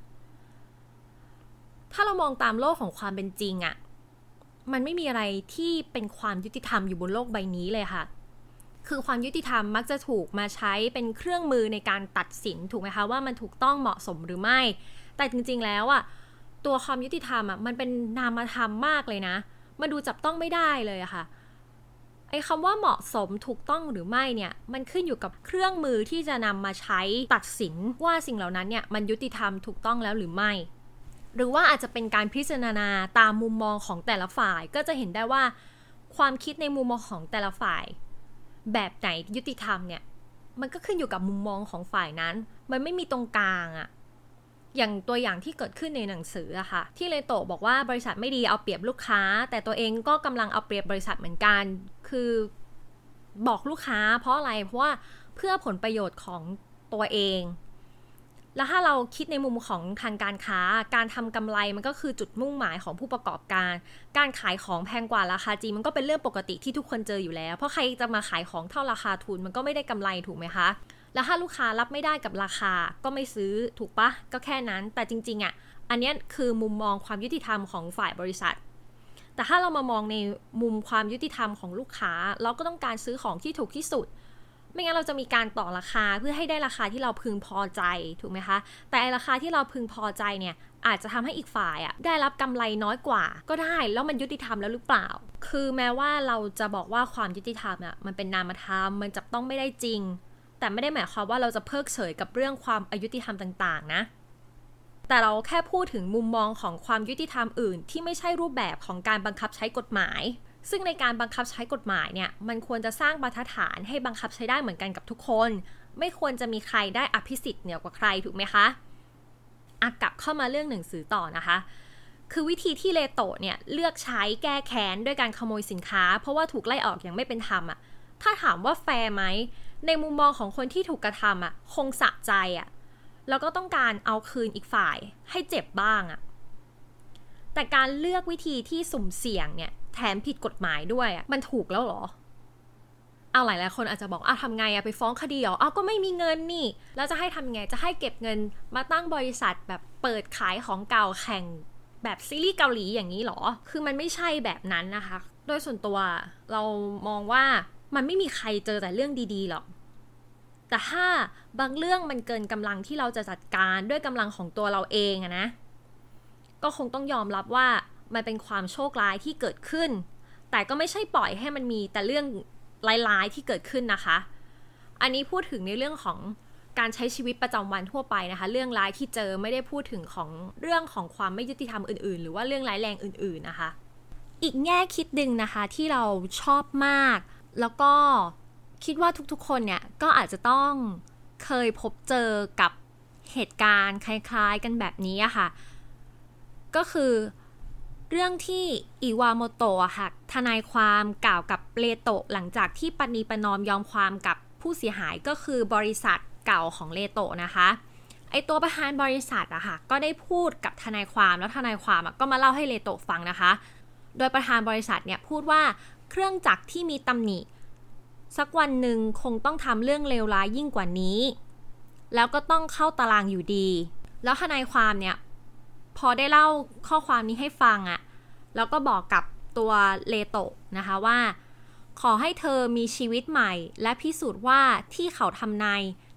ถ้าเรามองตามโลกของความเป็นจริงอะมันไม่มีอะไรที่เป็นความยุติธรรมอยู่บนโลกใบนี้เลยค่ะคือความยุติธรรมมักจะถูกมาใช้เป็นเครื่องมือในการตัดสินถูกไหมคะว่ามันถูกต้องเหมาะสมหรือไม่แต่จริงๆแล้วอะตัวความยุติธรรมอะมันเป็นนามธรรมมากเลยนะมันดูจับต้องไม่ได้เลยอะค่ะไอ้คำว่าเหมาะสมถูกต้องหรือไม่เนี่ยมันขึ้นอยู่กับเครื่องมือที่จะนำมาใช้ตัดสินว่าสิ่งเหล่านั้นเนี่ยมันยุติธรรมถูกต้องแล้วหรือไม่หรือว่าอาจจะเป็นการพิจารณาตามมุมมองของแต่ละฝ่ายก็จะเห็นได้ว่าความคิดในมุมมองของแต่ละฝ่ายแบบไหนยุติธรรมเนี่ยมันก็ขึ้นอยู่กับมุมมองของฝ่ายนั้นมันไม่มีตรงกลางอะอย่างตัวอย่างที่เกิดขึ้นในหนังสืออะค่ะที่เลโตะบอกว่าบริษัทไม่ดีเอาเปรียบลูกค้าแต่ตัวเองก็กำลังเอาเปรียบบริษัทเหมือนกันคือบอกลูกค้าเพราะอะไรเพราะว่าเพื่อผลประโยชน์ของตัวเองแล้วถ้าเราคิดในมุมของทางการค้าการทำกำไรมันก็คือจุดมุ่งหมายของผู้ประกอบการการขายของแพงกว่าราคาจริงมันก็เป็นเรื่องปกติที่ทุกคนเจออยู่แล้วเพราะใครจะมาขายของเท่าราคาทุนมันก็ไม่ได้กำไรถูกไหมคะแล้วถ้าลูกค้ารับไม่ได้กับราคาก็ไม่ซื้อถูกปะก็แค่นั้นแต่จริงๆอ่ะอันนี้คือมุมมองความยุติธรรมของฝ่ายบริษัทแต่ถ้าเรามามองในมุมความยุติธรรมของลูกค้าเราก็ต้องการซื้อของที่ถูกที่สุดไม่งั้นเราจะมีการต่อราคาเพื่อให้ได้ราคาที่เราพึงพอใจถูกไหมคะแต่ราคาที่เราพึงพอใจเนี่ยอาจจะทำให้อีกฝ่ายอ่ะได้รับกำไรน้อยกว่าก็ได้แล้วมันยุติธรรมแล้วหรือเปล่าคือแม้ว่าเราจะบอกว่าความยุติธรรมอ่ะมันเป็นนามธรรมมันจับต้องไม่ได้จริงแต่ไม่ได้หมายความว่าเราจะเพิกเฉยกับเรื่องความอายุติธรรมต่างๆนะแต่เราแค่พูดถึงมุมมองของความยุติธรรมอื่นที่ไม่ใช่รูปแบบของการบังคับใช้กฎหมายซึ่งในการบังคับใช้กฎหมายเนี่ยมันควรจะสร้างบรรทัดฐานให้บังคับใช้ได้เหมือนกันกับทุกคนไม่ควรจะมีใครได้อภิสิทธิ์เหนือกว่าใครถูกไหมคะอ่ะกลับเข้ามาเรื่องหนังสือต่อนะคะคือวิธีที่เลโตะเนี่ยเลือกใช้แก้แค้นด้วยการขโมยสินค้าเพราะว่าถูกไล่ออกอย่างไม่เป็นธรรมอ่ะถ้าถามว่าแฟร์ไหมในมุมมองของคนที่ถูกกระทำอ่ะคงสะใจอ่ะแล้วก็ต้องการเอาคืนอีกฝ่ายให้เจ็บบ้างอ่ะแต่การเลือกวิธีที่สุ่มเสี่ยงเนี่ยแถมผิดกฎหมายด้วยอ่ะมันถูกแล้วเหรอเอาหลายหลายคนอาจจะบอกอ่ะทำไงอ่ะไปฟ้องคดีเหรออ้าวก็ไม่มีเงินนี่แล้วจะให้ทำไงจะให้เก็บเงินมาตั้งบริษัทแบบเปิดขายของเก่าแข่งแบบซีรีส์เกาหลีอย่างนี้เหรอคือมันไม่ใช่แบบนั้นนะคะโดยส่วนตัวเรามองว่ามันไม่มีใครเจอแต่เรื่องดีๆหรอกแต่ถ้าบางเรื่องมันเกินกำลังที่เราจะจัดการด้วยกำลังของตัวเราเองอะนะก็คงต้องยอมรับว่ามันเป็นความโชคร้ายที่เกิดขึ้นแต่ก็ไม่ใช่ปล่อยให้มันมีแต่เรื่องร้ายๆที่เกิดขึ้นนะคะอันนี้พูดถึงในเรื่องของการใช้ชีวิตประจำวันทั่วไปนะคะเรื่องร้ายที่เจอไม่ได้พูดถึงของเรื่องของความไม่ยุติธรรมอื่นๆหรือว่าเรื่องร้ายแรงอื่นๆนะคะอีกแง่คิดหนึ่งนะคะที่เราชอบมากแล้วก็คิดว่าทุกๆคนเนี่ยก็อาจจะต้องเคยพบเจอกับเหตุการณ์คล้ายๆกันแบบนี้อะค่ะก็คือเรื่องที่อิวาโมโตะค่ะทนายความกล่าวกับเลโตะหลังจากที่ปณีประนอมยอมความกับผู้เสียหายก็คือบริษัทเก่าของเลโตะนะคะไอตัวประธานบริษัทอะค่ะก็ได้พูดกับทนายความแล้วทนายความก็มาเล่าให้เลโตะฟังนะคะโดยประธานบริษัทเนี่ยพูดว่าเครื่องจักรที่มีตำหนิสักวันหนึ่งคงต้องทำเรื่องเลวร้ายยิ่งกว่านี้แล้วก็ต้องเข้าตารางอยู่ดีแล้วทนายความเนี่ยพอได้เล่าข้อความนี้ให้ฟังอะแล้วก็บอกกับตัวเลโตะนะคะว่าขอให้เธอมีชีวิตใหม่และพิสูจน์ว่าที่เขาทำนาย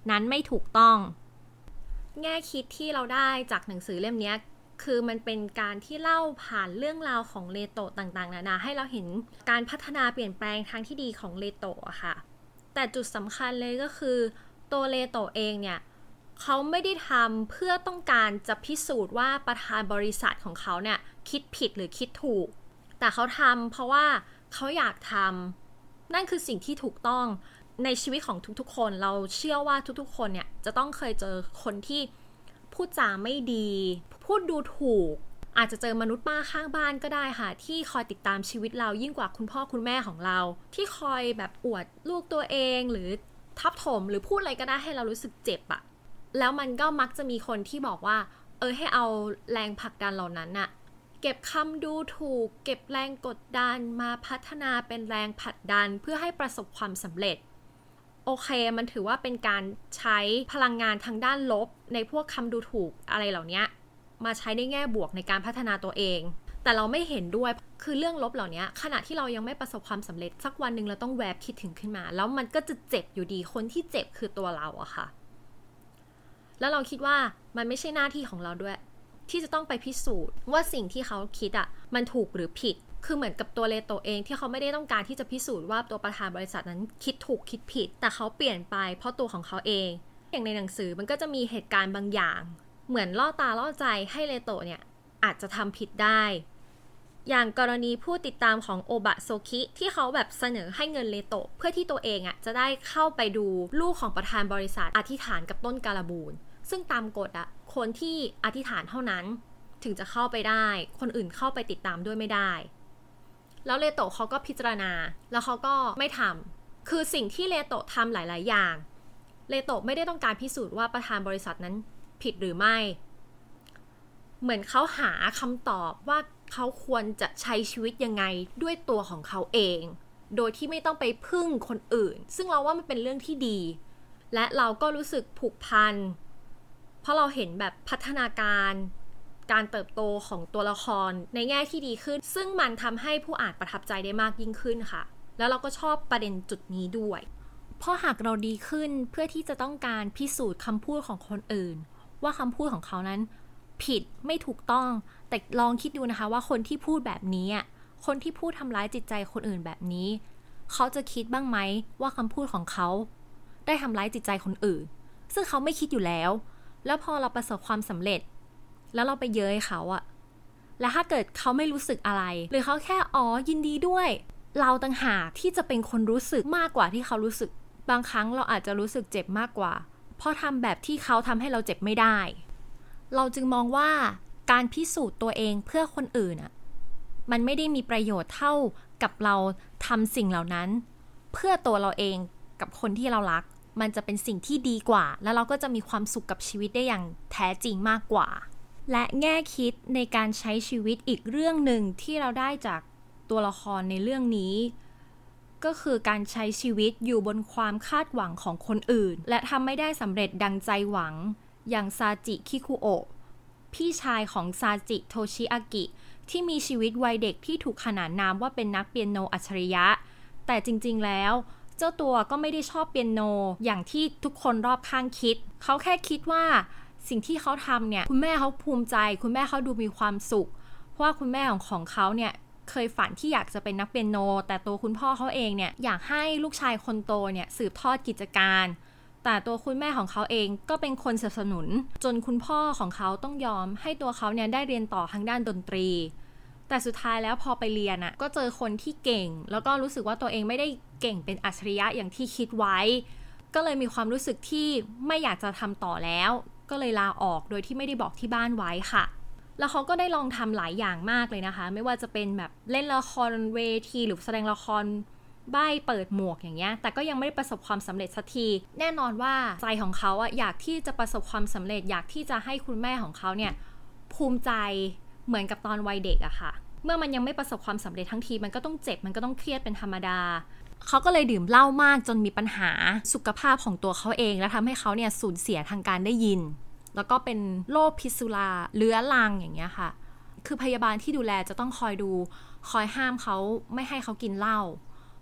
นั้นไม่ถูกต้องแง่คิดที่เราได้จากหนังสือเล่มนี้คือมันเป็นการที่เล่าผ่านเรื่องราวของเลโตะต่างๆนานาให้เราเห็นการพัฒนาเปลี่ยนแปลงทางที่ดีของเลโตะอะค่ะแต่จุดสำคัญเลยก็คือตัวเลโตะเองเนี่ยเขาไม่ได้ทำเพื่อต้องการจะพิสูจน์ว่าประธานบริษัทของเขาเนี่ยคิดผิดหรือคิดถูกแต่เขาทำเพราะว่าเขาอยากทำนั่นคือสิ่งที่ถูกต้องในชีวิตของทุกๆคนเราเชื่อว่าทุกๆคนเนี่ยจะต้องเคยเจอคนที่พูดจาไม่ดีพูดดูถูกอาจจะเจอมนุษย์ป้าข้างบ้านก็ได้ค่ะที่คอยติดตามชีวิตเรายิ่งกว่าคุณพ่อคุณแม่ของเราที่คอยแบบอวดลูกตัวเองหรือทับถมหรือพูดอะไรก็ได้ให้เรารู้สึกเจ็บอะแล้วมันก็มักจะมีคนที่บอกว่าเออให้เอาแรงผลักดันเหล่านั้นน่ะเก็บคำดูถูกเก็บแรงกดดันมาพัฒนาเป็นแรงผลักดันเพื่อให้ประสบความสำเร็จโอเคมันถือว่าเป็นการใช้พลังงานทางด้านลบในพวกคำดูถูกอะไรเหล่านี้มาใช้ในแง่บวกในการพัฒนาตัวเองแต่เราไม่เห็นด้วยคือเรื่องลบเหล่านี้ขณะที่เรายังไม่ประสบความสำเร็จสักวันหนึ่งเราต้องแวบคิดถึงขึ้นมาแล้วมันก็จะเจ็บอยู่ดีคนที่เจ็บคือตัวเราอะค่ะแล้วเราคิดว่ามันไม่ใช่หน้าที่ของเราด้วยที่จะต้องไปพิสูจน์ว่าสิ่งที่เขาคิดอะมันถูกหรือผิดคือเหมือนกับตัวเลโตเองที่เขาไม่ได้ต้องการที่จะพิสูจน์ว่าตัวประธานบริษัทนั้นคิดถูกคิดผิดแต่เขาเปลี่ยนไปเพราะตัวของเขาเองอย่างในหนังสือมันก็จะมีเหตุการณ์บางอย่างเหมือนล่อตาล่อใจให้เลโตเนี่ยอาจจะทำผิดได้อย่างกรณีผู้ติดตามของโอบะโซคิที่เขาแบบเสนอให้เงินเลโตเพื่อที่ตัวเองอ่ะจะได้เข้าไปดูลูกของประธานบริษัทอธิษฐานกับต้นการบูนซึ่งตามกฎอ่ะคนที่อธิษฐานเท่านั้นถึงจะเข้าไปได้คนอื่นเข้าไปติดตามด้วยไม่ได้แล้วเลโตเขาก็พิจารณาแล้วเขาก็ไม่ทำคือสิ่งที่เลโตทำหลายๆอย่างเลโตไม่ได้ต้องการพิสูจน์ว่าประธานบริษัทนั้นผิดหรือไม่เหมือนเขาหาคำตอบว่าเขาควรจะใช้ชีวิตยังไงด้วยตัวของเขาเองโดยที่ไม่ต้องไปพึ่งคนอื่นซึ่งเราว่ามันเป็นเรื่องที่ดีและเราก็รู้สึกผูกพันเพราะเราเห็นแบบพัฒนาการการเติบโตของตัวละครในแง่ที่ดีขึ้นซึ่งมันทำให้ผู้อ่านประทับใจได้มากยิ่งขึ้นค่ะแล้วเราก็ชอบประเด็นจุดนี้ด้วยเพราะหากเราดีขึ้นเพื่อที่จะต้องการพิสูจน์คำพูดของคนอื่นว่าคำพูดของเขานั้นผิดไม่ถูกต้องแต่ลองคิดดูนะคะว่าคนที่พูดแบบนี้คนที่พูดทำร้ายจิตใจคนอื่นแบบนี้เขาจะคิดบ้างไหมว่าคำพูดของเขาได้ทำร้ายจิตใจคนอื่นซึ่งเขาไม่คิดอยู่แล้วแล้วพอเราประสบความสำเร็จแล้วเราไปเย้ยเขาอะแล้วถ้าเกิดเขาไม่รู้สึกอะไรหรือเขาแค่อ๋อยินดีด้วยเราต่างหากที่จะเป็นคนรู้สึกมากกว่าที่เขารู้สึกบางครั้งเราอาจจะรู้สึกเจ็บมากกว่าเพราะทำแบบที่เขาทำให้เราเจ็บไม่ได้เราจึงมองว่าการพิสูจน์ตัวเองเพื่อคนอื่นอะมันไม่ได้มีประโยชน์เท่ากับเราทำสิ่งเหล่านั้นเพื่อตัวเราเองกับคนที่เรารักมันจะเป็นสิ่งที่ดีกว่าแล้วเราก็จะมีความสุขกับชีวิตได้อย่างแท้จริงมากกว่าและแง่คิดในการใช้ชีวิตอีกเรื่องหนึ่งที่เราได้จากตัวละครในเรื่องนี้ก็คือการใช้ชีวิตอยู่บนความคาดหวังของคนอื่นและทำไม่ได้สำเร็จดังใจหวังอย่างซาจิคิคุโอะพี่ชายของซาจิโทชิอากิที่มีชีวิตวัยเด็กที่ถูกขนานนามว่าเป็นนักเปียโนอัจฉริยะแต่จริงๆแล้วเจ้าตัวก็ไม่ได้ชอบเปียโนอย่างที่ทุกคนรอบข้างคิดเขาแค่คิดว่าสิ่งที่เขาทำเนี่ยคุณแม่เขาภูมิใจคุณแม่เขาดูมีความสุขเพราะว่าคุณแม่ของของเขาเนี่ยเคยฝันที่อยากจะเป็นนักเปียโนแต่ตัวคุณพ่อเขาเองเนี่ยอยากให้ลูกชายคนโตเนี่ยสืบทอดกิจการแต่ตัวคุณแม่ของเขาเองก็เป็นคนสนับสนุนจนคุณพ่อของเขาต้องยอมให้ตัวเขาเนี่ยได้เรียนต่อทางด้านดนตรีแต่สุดท้ายแล้วพอไปเรียนอ่ะก็เจอคนที่เก่งแล้วก็รู้สึกว่าตัวเองไม่ได้เก่งเป็นอัจฉริยะอย่างที่คิดไว้ก็เลยมีความรู้สึกที่ไม่อยากจะทำต่อแล้วก็เลยลาออกโดยที่ไม่ได้บอกที่บ้านไว้ค่ะแล้วเขาก็ได้ลองทำหลายอย่างมากเลยนะคะไม่ว่าจะเป็นแบบเล่นละครเวทีหรือแสดงละครใบ้เปิดหมวกอย่างเงี้ยแต่ก็ยังไม่ได้ประสบความสำเร็จสักทีแน่นอนว่าใจของเขาอะอยากที่จะประสบความสำเร็จอยากที่จะให้คุณแม่ของเขาเนี่ยภูมิใจเหมือนกับตอนวัยเด็กอะค่ะเมื่อมันยังไม่ประสบความสำเร็จทั้งทีมันก็ต้องเจ็บมันก็ต้องเครียดเป็นธรรมดาเขาก็เลยดื่มเหล้ามากจนมีปัญหาสุขภาพของตัวเขาเองและทำให้เขาเนี่ยสูญเสียทางการได้ยินแล้วก็เป็นโรคพิษสุราเรื้อรังอย่างเงี้ยค่ะคือพยาบาลที่ดูแลจะต้องคอยดูคอยห้ามเขาไม่ให้เขากินเหล้า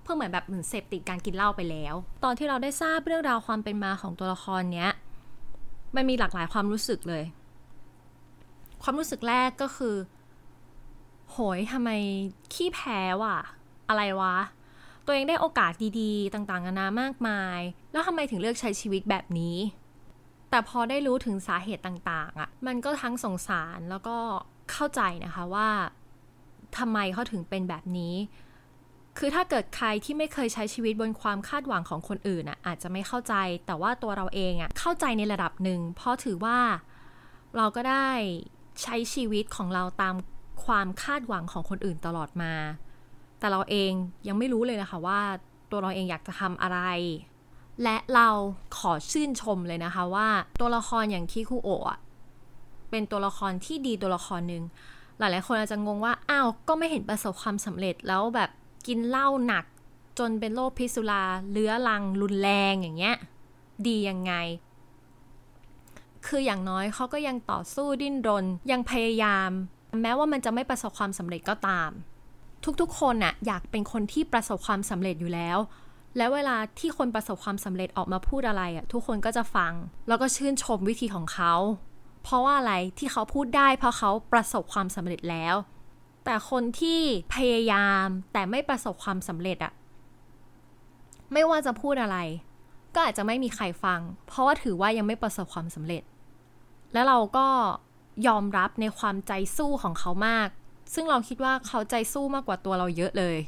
เพื่อเหมือนแบบเหมือนเสพติดการกินเหล้าไปแล้วตอนที่เราได้ทราบเรื่องราวความเป็นมาของตัวละครเนี้ยมันมีหลากหลายความรู้สึกเลยความรู้สึกแรกก็คือโหยทำไมขี้แพ้ว่ะอะไรวะตัวเองได้โอกาสดีๆต่างๆนานามากมายแล้วทำไมถึงเลือกใช้ชีวิตแบบนี้แต่พอได้รู้ถึงสาเหตุต่างๆอ่ะมันก็ทั้งสงสารแล้วก็เข้าใจนะคะว่าทำไมเขาถึงเป็นแบบนี้คือถ้าเกิดใครที่ไม่เคยใช้ชีวิตบนความคาดหวังของคนอื่นอ่ะอาจจะไม่เข้าใจแต่ว่าตัวเราเองอ่ะเข้าใจในระดับหนึ่งเพราะถือว่าเราก็ได้ใช้ชีวิตของเราตามความคาดหวังของคนอื่นตลอดมาแต่เราเองยังไม่รู้เลยนะคะว่าตัวเราเองอยากจะทำอะไรและเราขอชื่นชมเลยนะคะว่าตัวละครอย่างคิคุโอะเป็นตัวละครที่ดีตัวละครหนึ่งหลายๆคนอาจจะงงว่าอ้าวก็ไม่เห็นประสบความสำเร็จแล้วแบบกินเหล้าหนักจนเป็นโรคพิษสุราเรื้อรังรุนแรงอย่างเงี้ยดียังไงคืออย่างน้อยเขาก็ยังต่อสู้ดิ้นรนยังพยายามแม้ว่ามันจะไม่ประสบความสำเร็จก็ตามทุกๆคนน่ะอยากเป็นคนที่ประสบความสำเร็จอยู่แล้วและเวลาที่คนประสบความสำเร็จออกมาพูดอะไรอ่ะทุกคนก็จะฟังแล้วก็ชื่นชมวิธีของเขาเพราะว่าอะไรที่เขาพูดได้เพราะเขาประสบความสำเร็จแล้วแต่คนที่พยายามแต่ไม่ประสบความสำเร็จอ่ะไม่ว่าจะพูดอะไรก็อาจจะไม่มีใครฟังเพราะว่าถือว่ายังไม่ประสบความสำเร็จแล้วเราก็ยอมรับในความใจสู้ของเขามากซึ่งเราคิดว่าเขาใจสู้มากกว่าตัวเราเยอะเลย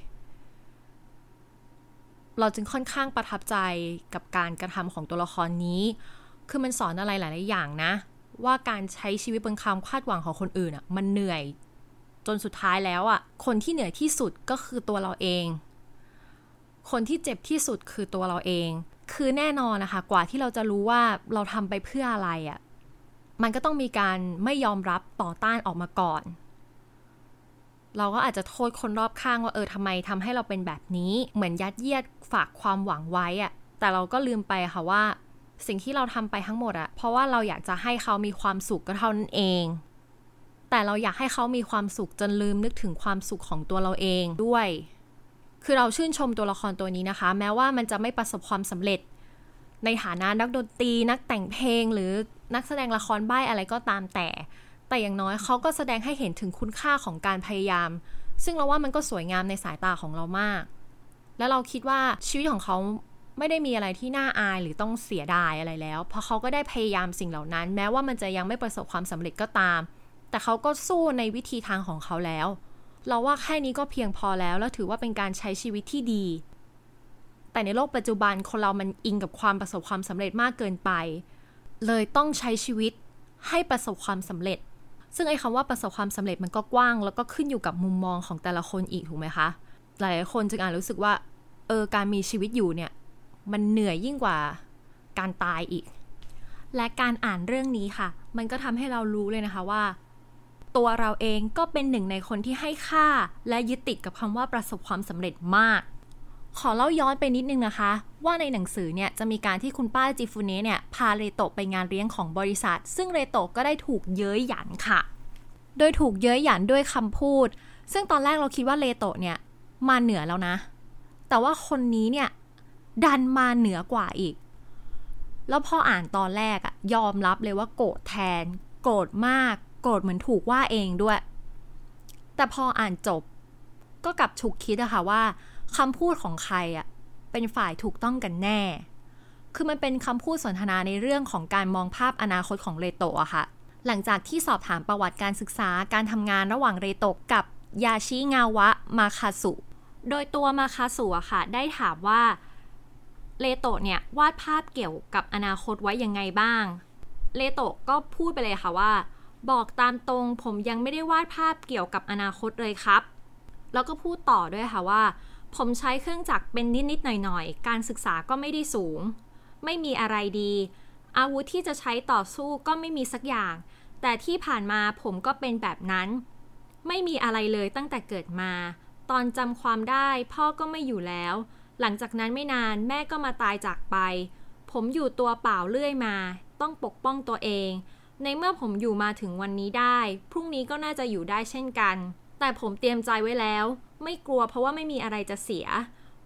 เราจึงค่อนข้างประทับใจกับการกระทำของตัวละครนี้คือมันสอนอะไรหลายๆอย่างนะว่าการใช้ชีวิตบนความคาดหวังของคนอื่นอ่ะมันเหนื่อยจนสุดท้ายแล้วอ่ะคนที่เหนื่อยที่สุดก็คือตัวเราเองคนที่เจ็บที่สุดคือตัวเราเองคือแน่นอนนะคะกว่าที่เราจะรู้ว่าเราทำไปเพื่ออะไรอ่ะมันก็ต้องมีการไม่ยอมรับต่อต้านออกมาก่อนเราก็อาจจะโทษคนรอบข้างว่าเออทำไมทำให้เราเป็นแบบนี้เหมือนยัดเยียดฝากความหวังไว้อะแต่เราก็ลืมไปค่ะว่าสิ่งที่เราทำไปทั้งหมดอะเพราะว่าเราอยากจะให้เขามีความสุขก็เท่านั้นเองแต่เราอยากให้เขามีความสุขจนลืมนึกถึงความสุขของตัวเราเองด้วยคือเราชื่นชมตัวละครตัวนี้นะคะแม้ว่ามันจะไม่ประสบความสำเร็จในฐานะนักดนตรีนักแต่งเพลงหรือนักแสดงละครใบ้อะไรก็ตามแต่แต่อย่างน้อยเขาก็แสดงให้เห็นถึงคุณค่าของการพยายามซึ่งเราว่ามันก็สวยงามในสายตาของเรามากและเราคิดว่าชีวิตของเขาไม่ได้มีอะไรที่น่าอายหรือต้องเสียดายอะไรแล้วเพราะเขาก็ได้พยายามสิ่งเหล่านั้นแม้ว่ามันจะยังไม่ประสบความสำเร็จก็ตามแต่เขาก็สู้ในวิธีทางของเขาแล้วเราว่าแค่นี้ก็เพียงพอแล้วแล้วถือว่าเป็นการใช้ชีวิตที่ดีแต่ในโลกปัจจุบันคนเรามันอิงกับความประสบความสำเร็จมากเกินไปเลยต้องใช้ชีวิตให้ประสบความสำเร็จซึ่งไอ้คำว่าประสบความสำเร็จมันก็กว้างแล้วก็ขึ้นอยู่กับมุมมองของแต่ละคนอีกถูกไหมคะหลายคนจึงอาจรู้สึกว่าเออการมีชีวิตอยู่เนี่ยมันเหนื่อยยิ่งกว่าการตายอีกและการอ่านเรื่องนี้ค่ะมันก็ทำให้เรารู้เลยนะคะว่าตัวเราเองก็เป็นหนึ่งในคนที่ให้ค่าและยึดติดกับคำว่าประสบความสำเร็จมากขอเล่าย้อนไปนิดนึงนะคะว่าในหนังสือเนี่ยจะมีการที่คุณป้าจิฟุเนะเนี่ยพาเรโตะไปงานเลี้ยงของบริษัทซึ่งเรโตะก็ได้ถูกเย้ยหยันค่ะโดยถูกเย้ยหยันด้วยคำพูดซึ่งตอนแรกเราคิดว่าเรโตะเนี่ยมาเหนือแล้วนะแต่ว่าคนนี้เนี่ยดันมาเหนือกว่าอีกแล้วพออ่านตอนแรกอะยอมรับเลยว่าโกรธแทนโกรธมากโกรธเหมือนถูกว่าเองด้วยแต่พออ่านจบก็กลับฉุกคิดอะค่ะว่าคำพูดของใครอะเป็นฝ่ายถูกต้องกันแน่คือมันเป็นคำพูดสนทนาในเรื่องของการมองภาพอนาคตของเรโตะอะค่ะหลังจากที่สอบถามประวัติการศึกษาการทำงานระหว่างเรโตะกับยาชิงาวะมาคาสุโดยตัวมาคาสุอะค่ะได้ถามว่าเรโตะเนี่ยวาดภาพเกี่ยวกับอนาคตไว้ยังไงบ้างเรโตะก็พูดไปเลยค่ะว่าบอกตามตรงผมยังไม่ได้วาดภาพเกี่ยวกับอนาคตเลยครับแล้วก็พูดต่อด้วยค่ะว่าผมใช้เครื่องจักรเป็นนิดๆหน่อยๆการศึกษาก็ไม่ได้สูงไม่มีอะไรดีอาวุธที่จะใช้ต่อสู้ก็ไม่มีสักอย่างแต่ที่ผ่านมาผมก็เป็นแบบนั้นไม่มีอะไรเลยตั้งแต่เกิดมาตอนจำความได้พ่อก็ไม่อยู่แล้วหลังจากนั้นไม่นานแม่ก็มาตายจากไปผมอยู่ตัวเปล่าเรื่อยมาต้องปกป้องตัวเองในเมื่อผมอยู่มาถึงวันนี้ได้พรุ่งนี้ก็น่าจะอยู่ได้เช่นกันแต่ผมเตรียมใจไว้แล้วไม่กลัวเพราะว่าไม่มีอะไรจะเสียผ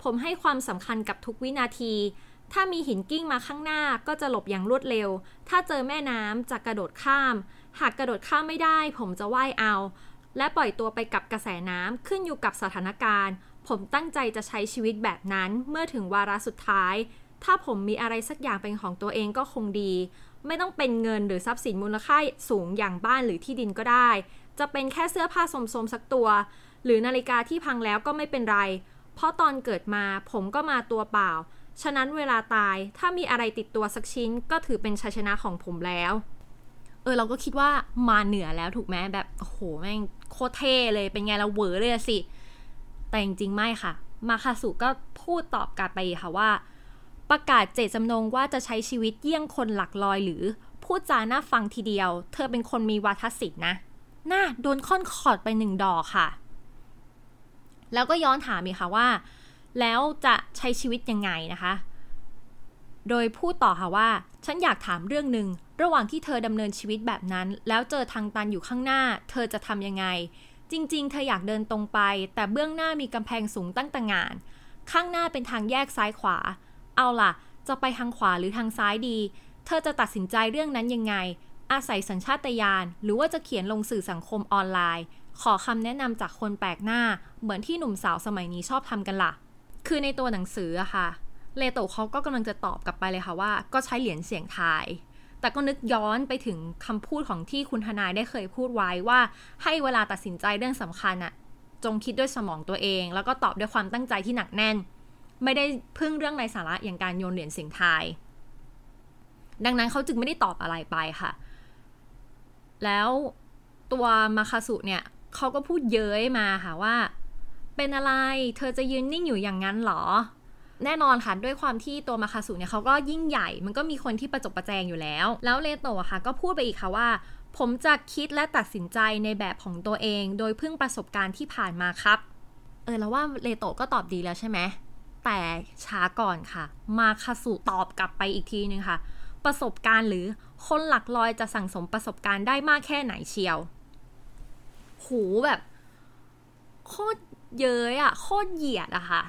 ผมให้ความสำคัญกับทุกวินาทีถ้ามีหินกิ้งมาข้างหน้าก็จะหลบอย่างรวดเร็วถ้าเจอแม่น้ำจะกระโดดข้ามหากกระโดดข้ามไม่ได้ผมจะว่ายเอาและปล่อยตัวไปกับกระแสน้ำขึ้นอยู่กับสถานการณ์ผมตั้งใจจะใช้ชีวิตแบบนั้นเมื่อถึงวาระสุดท้ายถ้าผมมีอะไรสักอย่างเป็นของตัวเองก็คงดีไม่ต้องเป็นเงินหรือทรัพย์สินมูลค่าสูงอย่างบ้านหรือที่ดินก็ได้จะเป็นแค่เสื้อผ้าสมๆสักตัวหรือนาฬิกาที่พังแล้วก็ไม่เป็นไรเพราะตอนเกิดมาผมก็มาตัวเปล่าฉะนั้นเวลาตายถ้ามีอะไรติดตัวสักชิ้นก็ถือเป็นชัยชนะของผมแล้วเออเราก็คิดว่ามาเหนือแล้วถูกไหมแบบโอ้โหแม่งโคตรเท่เลยเป็นไงเราเวอร์เลยสิแต่จริงๆไม่ค่ะมาคาสุก็พูดตอบกลับไปค่ะว่าประกาศเจตจำนงว่าจะใช้ชีวิตเยี่ยงคนหลักลอยหรือพูดจาน่าฟังทีเดียวเธอเป็นคนมีวาทศิลป์นะน่าโดนค่อนขอดไปหนึ่งดอกค่ะแล้วก็ย้อนถามอีกค่ะว่าแล้วจะใช้ชีวิตยังไงนะคะโดยพูดต่อค่ะว่าฉันอยากถามเรื่องหนึ่งระหว่างที่เธอดำเนินชีวิตแบบนั้นแล้วเจอทางตันอยู่ข้างหน้าเธอจะทำยังไงจริงๆเธออยากเดินตรงไปแต่เบื้องหน้ามีกำแพงสูงตั้งแต่งานข้างหน้าเป็นทางแยกซ้ายขวาเอาล่ะจะไปทางขวาหรือทางซ้ายดีเธอจะตัดสินใจเรื่องนั้นยังไงอาศัยสัญชาตญาณหรือว่าจะเขียนลงสื่อสังคมออนไลน์ขอคำแนะนำจากคนแปลกหน้าเหมือนที่หนุ่มสาวสมัยนี้ชอบทำกันล่ะคือในตัวหนังสืออะค่ะเลโตะเขาก็กำลังจะตอบกลับไปเลยค่ะว่าก็ใช้เหรียญเสี่ยงทายแต่ก็นึกย้อนไปถึงคำพูดของที่คุณทนายได้เคยพูดไว้ว่าให้เวลาตัดสินใจเรื่องสำคัญอะจงคิดด้วยสมองตัวเองแล้วก็ตอบด้วยความตั้งใจที่หนักแน่นไม่ได้พึ่งเรื่องไร้สาระอย่างการโยนเหรียญเสี่ยงทายดังนั้นเขาจึงไม่ได้ตอบอะไรไปค่ะแล้วตัวมาคาสุเนี่ยเขาก็พูดเย้ยมาค่ะว่าเป็นอะไรเธอจะยืนนิ่งอยู่อย่างนั้นหรอแน่นอนค่ะด้วยความที่ตัวมาคาสุเนี่ยเขาก็ยิ่งใหญ่มันก็มีคนที่ประจบประแจงอยู่แล้วแล้วเลโตะค่ะก็พูดไปอีกค่ะว่าผมจะคิดและตัดสินใจในแบบของตัวเองโดยพึ่งประสบการณ์ที่ผ่านมาครับเออแล้วว่าเลโตะก็ตอบดีแล้วใช่ไหมแต่ช้าก่อนค่ะมาคาสุตอบกลับไปอีกทีนึงค่ะประสบการณ์หรือคนหลักลอยจะสั่งสมประสบการณ์ได้มากแค่ไหนเชียวหูแบบโคตรเย้ยอะโคตรเหยียดอะค่ะ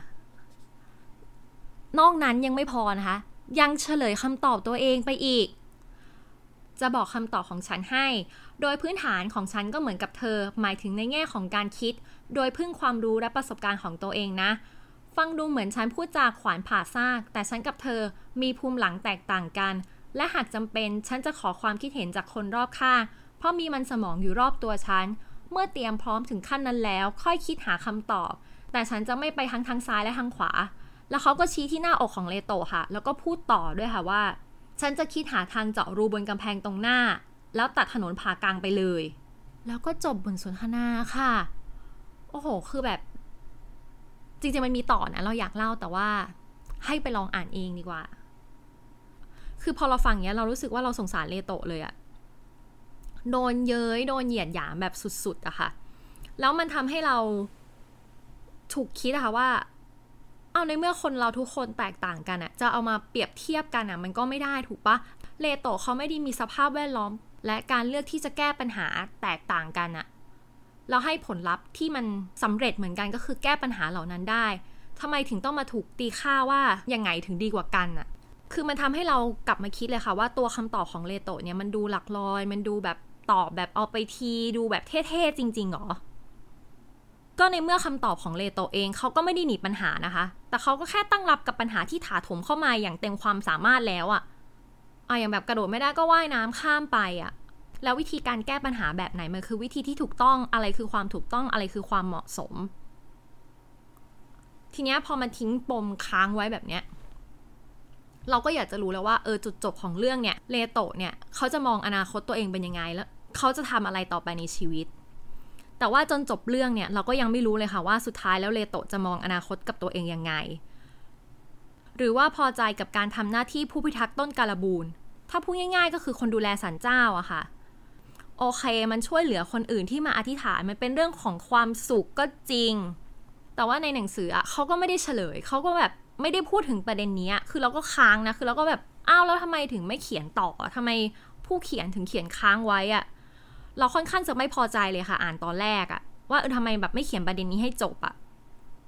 นอกนั้นยังไม่พอนะคะยังเฉลยคำตอบตัวเองไปอีกจะบอกคำตอบของฉันให้โดยพื้นฐานของฉันก็เหมือนกับเธอหมายถึงในแง่ของการคิดโดยพึ่งความรู้และประสบการณ์ของตัวเองนะฟังดูเหมือนฉันพูดจาขวานผ่าซากแต่ฉันกับเธอมีภูมิหลังแตกต่างกันและหากจำเป็นฉันจะขอความคิดเห็นจากคนรอบข้างเพราะมีมันสมองอยู่รอบตัวฉันเมื่อเตรียมพร้อมถึงขั้นนั้นแล้วค่อยคิดหาคำตอบแต่ฉันจะไม่ไปทั้งทางซ้ายและทางขวาแล้วเขาก็ชี้ที่หน้าอกของเลโตะค่ะแล้วก็พูดต่อด้วยค่ะว่าฉันจะคิดหาทางเจาะรูบนกำแพงตรงหน้าแล้วตัดถนนผ่ากลางไปเลยแล้วก็จบบทสนทนาค่ะโอ้โหคือแบบจริงๆมันมีต่อนะเราอยากเล่าแต่ว่าให้ไปลองอ่านเองดีกว่าคือพอเราฟังเนี้ยเรารู้สึกว่าเราสงสารเลโตะเลยอะโดนเย้ยโดนเหยียดหยามแบบสุดๆอะค่ะแล้วมันทำให้เราถูกคิดอะค่ะว่าเอาในเมื่อคนเราทุกคนแตกต่างกันอะจะเอามาเปรียบเทียบกันอะมันก็ไม่ได้ถูกปะเลโตะเขาไม่ได้มีสภาพแวดล้อมและการเลือกที่จะแก้ปัญหาแตกต่างกันอะแล้วให้ผลลัพธ์ที่มันสำเร็จเหมือนกันก็คือแก้ปัญหาเหล่านั้นได้ทำไมถึงต้องมาถูกตีค่าว่ายังไงถึงดีกว่ากันอะคือมันทำให้เรากลับมาคิดเลยค่ะว่าตัวคำตอบของเลโตะเนี่ยมันดูหลักลอยมันดูแบบตอบแบบเอาไปทีดูแบบเท่ๆจริงๆหรอก็ในเมื่อคำตอบของเลโตะเองเขาก็ไม่ได้หนีปัญหานะคะแต่เขาก็แค่ตั้งรับกับปัญหาที่ถาโถมเข้ามาอย่างเต็มความสามารถแล้วอะอ่ะอย่างแบบกระโดดไม่ได้ก็ว่ายน้ำข้ามไปอะแล้ววิธีการแก้ปัญหาแบบไหนมันคือวิธีที่ถูกต้องอะไรคือความถูกต้องอะไรคือความเหมาะสมทีเนี้ยพอมันทิ้งปมค้างไว้แบบเนี้ยเราก็อยากจะรู้แล้วว่าเออจุดจบของเรื่องเนี่ยเลโตะเนี่ยเขาจะมองอนาคตตัวเองเป็นยังไงแล้วเขาจะทำอะไรต่อไปในชีวิตแต่ว่าจนจบเรื่องเนี่ยเราก็ยังไม่รู้เลยค่ะว่าสุดท้ายแล้วเลโตะจะมองอนาคตกับตัวเองยังไงหรือว่าพอใจกับการทำหน้าที่ผู้พิทักษ์ต้นกาลบูนถ้าพูดง่ายๆก็คือคนดูแลศาลเจ้าอะค่ะโอเคมันช่วยเหลือคนอื่นที่มาอธิษฐานมันเป็นเรื่องของความสุขก็จริงแต่ว่าในหนังสืออะเขาก็ไม่ได้เฉลยเขาก็แบบไม่ได้พูดถึงประเด็นนี้คือเราก็ค้างนะคือเราก็แบบอ้าวแล้วทำไมถึงไม่เขียนต่อทำไมผู้เขียนถึงเขียนค้างไว้อะเราค่อนข้างจะไม่พอใจเลยค่ะอ่านตอนแรกอะว่าเออทำไมแบบไม่เขียนประเด็นนี้ให้จบอะ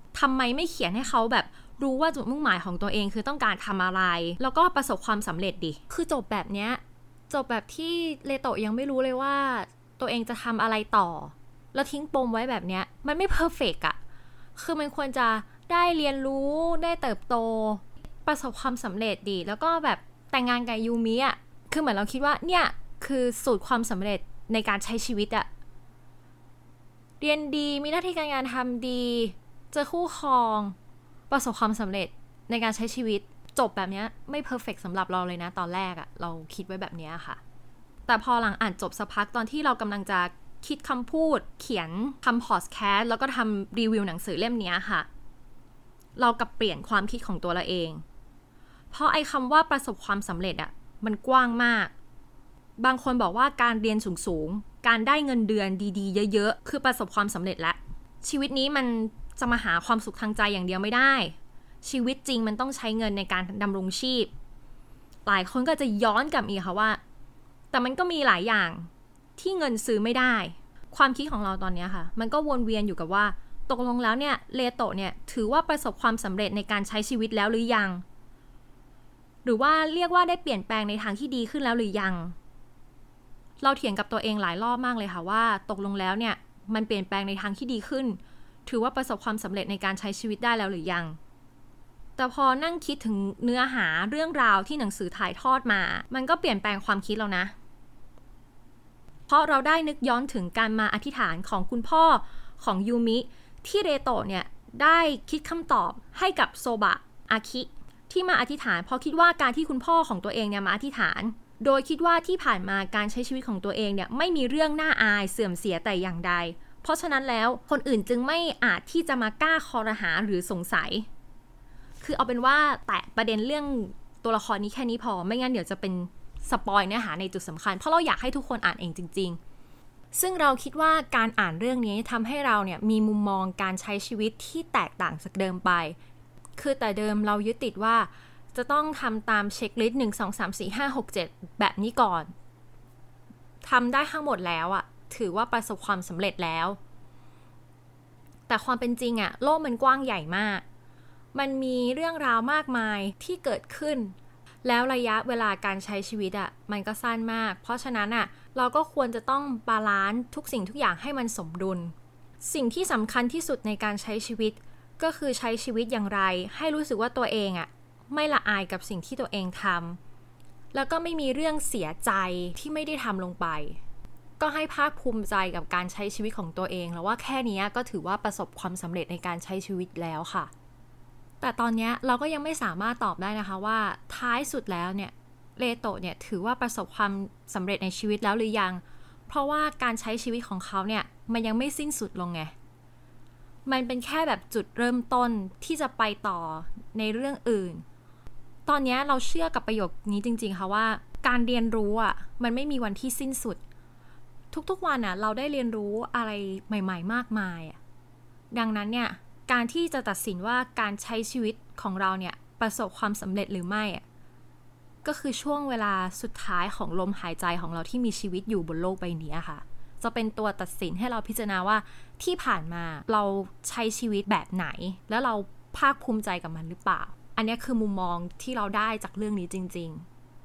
ทำไมไม่เขียนให้เขาแบบรู้ว่าจุดมุ่งหมายของตัวเองคือต้องการทำอะไรแล้วก็ประสบความสำเร็จดิคือจบแบบเนี้ยจบแบบที่เลโตะยังไม่รู้เลยว่าตัวเองจะทำอะไรต่อแล้วทิ้งปมไว้แบบเนี้ยมันไม่เพอร์เฟกต์อะคือมันควรจะได้เรียนรู้ได้เติบโตประสบความสำเร็จดิแล้วก็แบบแต่งงานกับยูมิอะคือเหมือนเราคิดว่าเนี่ยคือสูตรความสำเร็จในการใช้ชีวิตอะเรียนดีมีหน้าที่การงานทำดีเจอคู่ครองประสบความสำเร็จในการใช้ชีวิตจบแบบนี้ไม่เพอร์เฟกต์สำหรับเราเลยนะตอนแรกอะเราคิดไว้แบบนี้ค่ะแต่พอหลังอ่านจบสักพักตอนที่เรากำลังจะคิดคำพูดเขียนทำพอดแคสต์แล้วก็ทำรีวิวหนังสือเล่มนี้ค่ะเรากับเปลี่ยนความคิดของตัวเราเองเพราะไอ้คำว่าประสบความสำเร็จอะมันกว้างมากบางคนบอกว่าการเรียนสูงๆการได้เงินเดือนดีๆเยอะๆคือประสบความสำเร็จแล้วชีวิตนี้มันจะมาหาความสุขทางใจอย่างเดียวไม่ได้ชีวิตจริงมันต้องใช้เงินในการดำรงชีพหลายคนก็จะย้อนกลับอีกค่ะว่าแต่มันก็มีหลายอย่างที่เงินซื้อไม่ได้ความคิดของเราตอนนี้ค่ะมันก็วนเวียนอยู่กับว่าตกลงแล้วเนี่ยเลโตะเนี่ยถือว่าประสบความสำเร็จในการใช้ชีวิตแล้วหรือยังหรือว่าเรียกว่าได้เปลี่ยนแปลงในทางที่ดีขึ้นแล้วหรือยังเราเถียงกับตัวเองหลายรอบมากเลยค่ะว่าตกลงแล้วเนี่ยมันเปลี่ยนแปลงในทางที่ดีขึ้นถือว่าประสบความสำเร็จในการใช้ชีวิตได้แล้วหรือยังแต่พอนั่งคิดถึงเนื้อหาเรื่องราวที่หนังสือถ่ายทอดมามันก็เปลี่ยนแปลงความคิดเรานะเพราะเราได้นึกย้อนถึงการมาอธิษฐานของคุณพ่อของยูมิที่เรโตะเนี่ยได้คิดคำตอบให้กับโซบะอาคิที่มาอธิษฐานเพราะคิดว่าการที่คุณพ่อของตัวเองเนี่ยมาอธิษฐานโดยคิดว่าที่ผ่านมาการใช้ชีวิตของตัวเองเนี่ยไม่มีเรื่องน่าอายเสื่อมเสียแต่อย่างใดเพราะฉะนั้นแล้วคนอื่นจึงไม่อาจที่จะมากล้าคอรหาหรือสงสัยคือเอาเป็นว่าแตะประเด็นเรื่องตัวละครนี้แค่นี้พอไม่งั้นเดี๋ยวจะเป็นสปอยเนื้อหาในจุดสำคัญเพราะเราอยากให้ทุกคนอ่านเองจริงๆซึ่งเราคิดว่าการอ่านเรื่องนี้ทำให้เราเนี่ยมีมุมมองการใช้ชีวิตที่แตกต่างจากเดิมไปคือแต่เดิมเรายึดติดว่าจะต้องทำตามเช็คลิสต์หนึ่ง สอง สาม สี่ ห้า หก เจ็ดแบบนี้ก่อนทำได้ทั้งหมดแล้วอะถือว่าประสบความสำเร็จแล้วแต่ความเป็นจริงอะโลกมันกว้างใหญ่มากมันมีเรื่องราวมากมายที่เกิดขึ้นแล้วระยะเวลาการใช้ชีวิตอะมันก็สั้นมากเพราะฉะนั้นอะเราก็ควรจะต้องบาลานซ์ทุกสิ่งทุกอย่างให้มันสมดุลสิ่งที่สำคัญที่สุดในการใช้ชีวิตก็คือใช้ชีวิตอย่างไรให้รู้สึกว่าตัวเองอะไม่ละอายกับสิ่งที่ตัวเองทำแล้วก็ไม่มีเรื่องเสียใจที่ไม่ได้ทำลงไปก็ให้ภาคภูมิใจกับการใช้ชีวิตของตัวเองแล้วว่าแค่นี้ก็ถือว่าประสบความสำเร็จในการใช้ชีวิตแล้วค่ะแต่ตอนนี้เราก็ยังไม่สามารถตอบได้นะคะว่าท้ายสุดแล้วเนี่ยเลโตะเนี่ยถือว่าประสบความสำเร็จในชีวิตแล้วหรือยังเพราะว่าการใช้ชีวิตของเขาเนี่ยมันยังไม่สิ้นสุดลงไงมันเป็นแค่แบบจุดเริ่มต้นที่จะไปต่อในเรื่องอื่นตอนนี้เราเชื่อกับประโยคนี้จริงๆค่ะว่าการเรียนรู้อ่ะมันไม่มีวันที่สิ้นสุดทุกๆวันอ่ะเราได้เรียนรู้อะไรใหม่ๆมากมายอ่ะดังนั้นเนี่ยการที่จะตัดสินว่าการใช้ชีวิตของเราเนี่ยประสบความสำเร็จหรือไม่อ่ะก็คือช่วงเวลาสุดท้ายของลมหายใจของเราที่มีชีวิตอยู่บนโลกใบนี้ค่ะจะเป็นตัวตัดสินให้เราพิจารณาว่าที่ผ่านมาเราใช้ชีวิตแบบไหนแล้วเราภาคภูมิใจกับมันหรือเปล่าอันนี้คือมุมมองที่เราได้จากเรื่องนี้จริง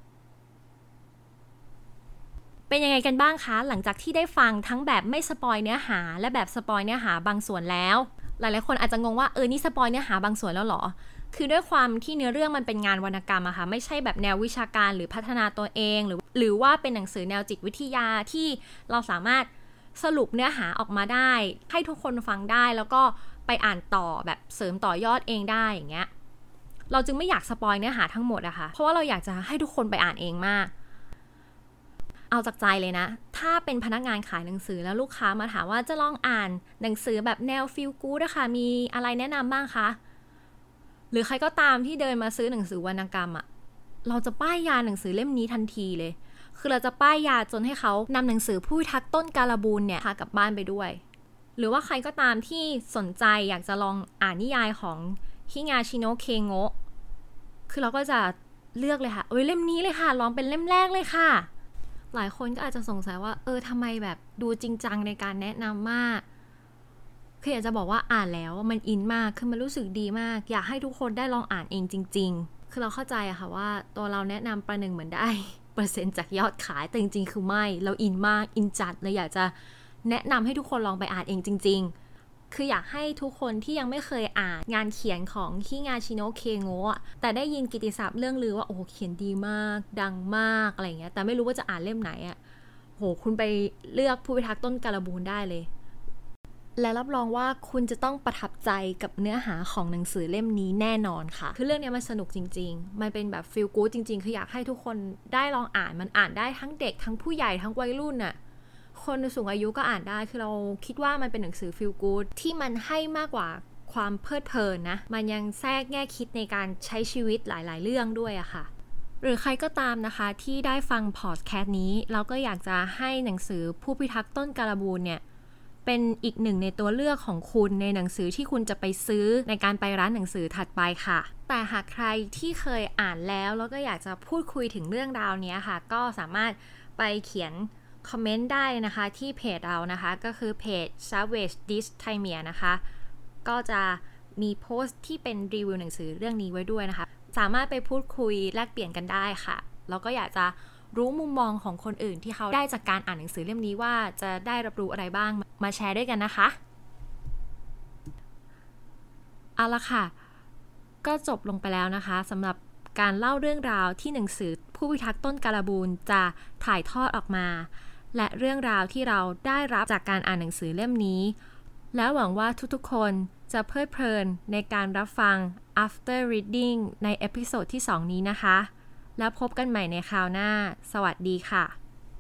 ๆเป็นยังไงกันบ้างคะหลังจากที่ได้ฟังทั้งแบบไม่สปอยเนื้อหาและแบบสปอยเนื้อหาบางส่วนแล้วหลายๆคนอาจจะงงว่าเออนี่สปอยเนื้อหาบางส่วนแล้วเหรอคือด้วยความที่เนื้อเรื่องมันเป็นงานวรรณกรรมอะค่ะไม่ใช่แบบแนววิชาการหรือพัฒนาตัวเองหรือหรือว่าเป็นหนังสือแนวจิตวิทยาที่เราสามารถสรุปเนื้อหาออกมาได้ให้ทุกคนฟังได้แล้วก็ไปอ่านต่อแบบเสริมต่อยอดเองได้อย่างเงี้ยเราจึงไม่อยากสปอยเนื้อหาทั้งหมดอะค่ะเพราะว่าเราอยากจะให้ทุกคนไปอ่านเองมากเอาจากใจเลยนะถ้าเป็นพนักงานขายหนังสือแล้วลูกค้ามาถามว่าจะลองอ่านหนังสือแบบแนวฟีลกู๊ดนะคะมีอะไรแนะนำบ้างคะหรือใครก็ตามที่เดินมาซื้อหนังสือวรรณกรรมอะเราจะป้ายยาหนังสือเล่มนี้ทันทีเลยคือเราจะป้ายยาจนให้เขานำหนังสือผู้พิทักษ์ต้นการบูลเนี่ยพากลับบ้านไปด้วยหรือว่าใครก็ตามที่สนใจอยากจะลองอ่านนิยายของฮิงาชิโนะเคโงะคือเราก็จะเลือกเลยค่ะเอ้ยเล่มนี้เลยค่ะลองเป็นเล่มแรกเลยค่ะหลายคนก็อาจจะสงสัยว่าเออทำไมแบบดูจริงจังในการแนะนำมากคืออยากจะบอกว่าอ่านแล้วมันอินมากคือมันรู้สึกดีมากอยากให้ทุกคนได้ลองอ่านเองจริงๆคือเราเข้าใจอะค่ะว่าตัวเราแนะนำประหนึ่งเหมือนได้เปอร์เซ็นต์จากยอดขายแต่จริงๆคือไม่เราอินมากอินจัดเลยอยากจะแนะนำให้ทุกคนลองไปอ่านเองจริงๆคืออยากให้ทุกคนที่ยังไม่เคยอ่านงานเขียนของฮิงาชิโนะเคโงะแต่ได้ยินกิตติศัพท์เรื่องลือว่าโอ้เขียนดีมากดังมากอะไรเงี้ยแต่ไม่รู้ว่าจะอ่านเล่มไหนอะโหคุณไปเลือกผู้พิทักษ์ต้นการบูนได้เลยและรับรองว่าคุณจะต้องประทับใจกับเนื้อหาของหนังสือเล่มนี้แน่นอนค่ะคือเรื่องนี้มันสนุกจริงๆมันเป็นแบบฟีลกู๊ดจริงๆคืออยากให้ทุกคนได้ลองอ่านมันอ่านได้ทั้งเด็กทั้งผู้ใหญ่ทั้งวัยรุ่นน่ะคนสูงอายุก็อ่านได้คือเราคิดว่ามันเป็นหนังสือฟีลกู๊ดที่มันให้มากกว่าความเพลิดเพลินนะมันยังแทรกแง่คิดในการใช้ชีวิตหลายๆเรื่องด้วยอะค่ะหรือใครก็ตามนะคะที่ได้ฟังพอดแคสต์นี้เราก็อยากจะให้หนังสือผู้พิทักษ์ต้นการบูนเนี่ยเป็นอีกหนึ่งในตัวเลือกของคุณในหนังสือที่คุณจะไปซื้อในการไปร้านหนังสือถัดไปค่ะแต่หากใครที่เคยอ่านแล้วแล้วก็อยากจะพูดคุยถึงเรื่องราวนี้ค่ะก็สามารถไปเขียนคอมเมนต์ได้นะคะที่เพจเรานะคะก็คือเพจ Savage Dysthymia นะคะก็จะมีโพสต์ที่เป็นรีวิวหนังสือเรื่องนี้ไว้ด้วยนะคะสามารถไปพูดคุยแลกเปลี่ยนกันได้ค่ะแล้วก็อยากจะรู้มุมมองของคนอื่นที่เขาได้จากการอ่านหนังสือเล่มนี้ว่าจะได้รับรู้อะไรบ้างมาแชร์ด้วยกันนะคะเอาละค่ะก็จบลงไปแล้วนะคะสำหรับการเล่าเรื่องราวที่หนังสือผู้พิทักษ์ต้นการบูนจะถ่ายทอดออกมาและเรื่องราวที่เราได้รับจากการอ่านหนังสือเล่มนี้แล้วหวังว่าทุกๆคนจะเพลิดเพลินในการรับฟัง After Reading ในเอพิโซดที่สองนี้นะคะแล้วพบกันใหม่ในคราวหน้าสวัสดีค่ะ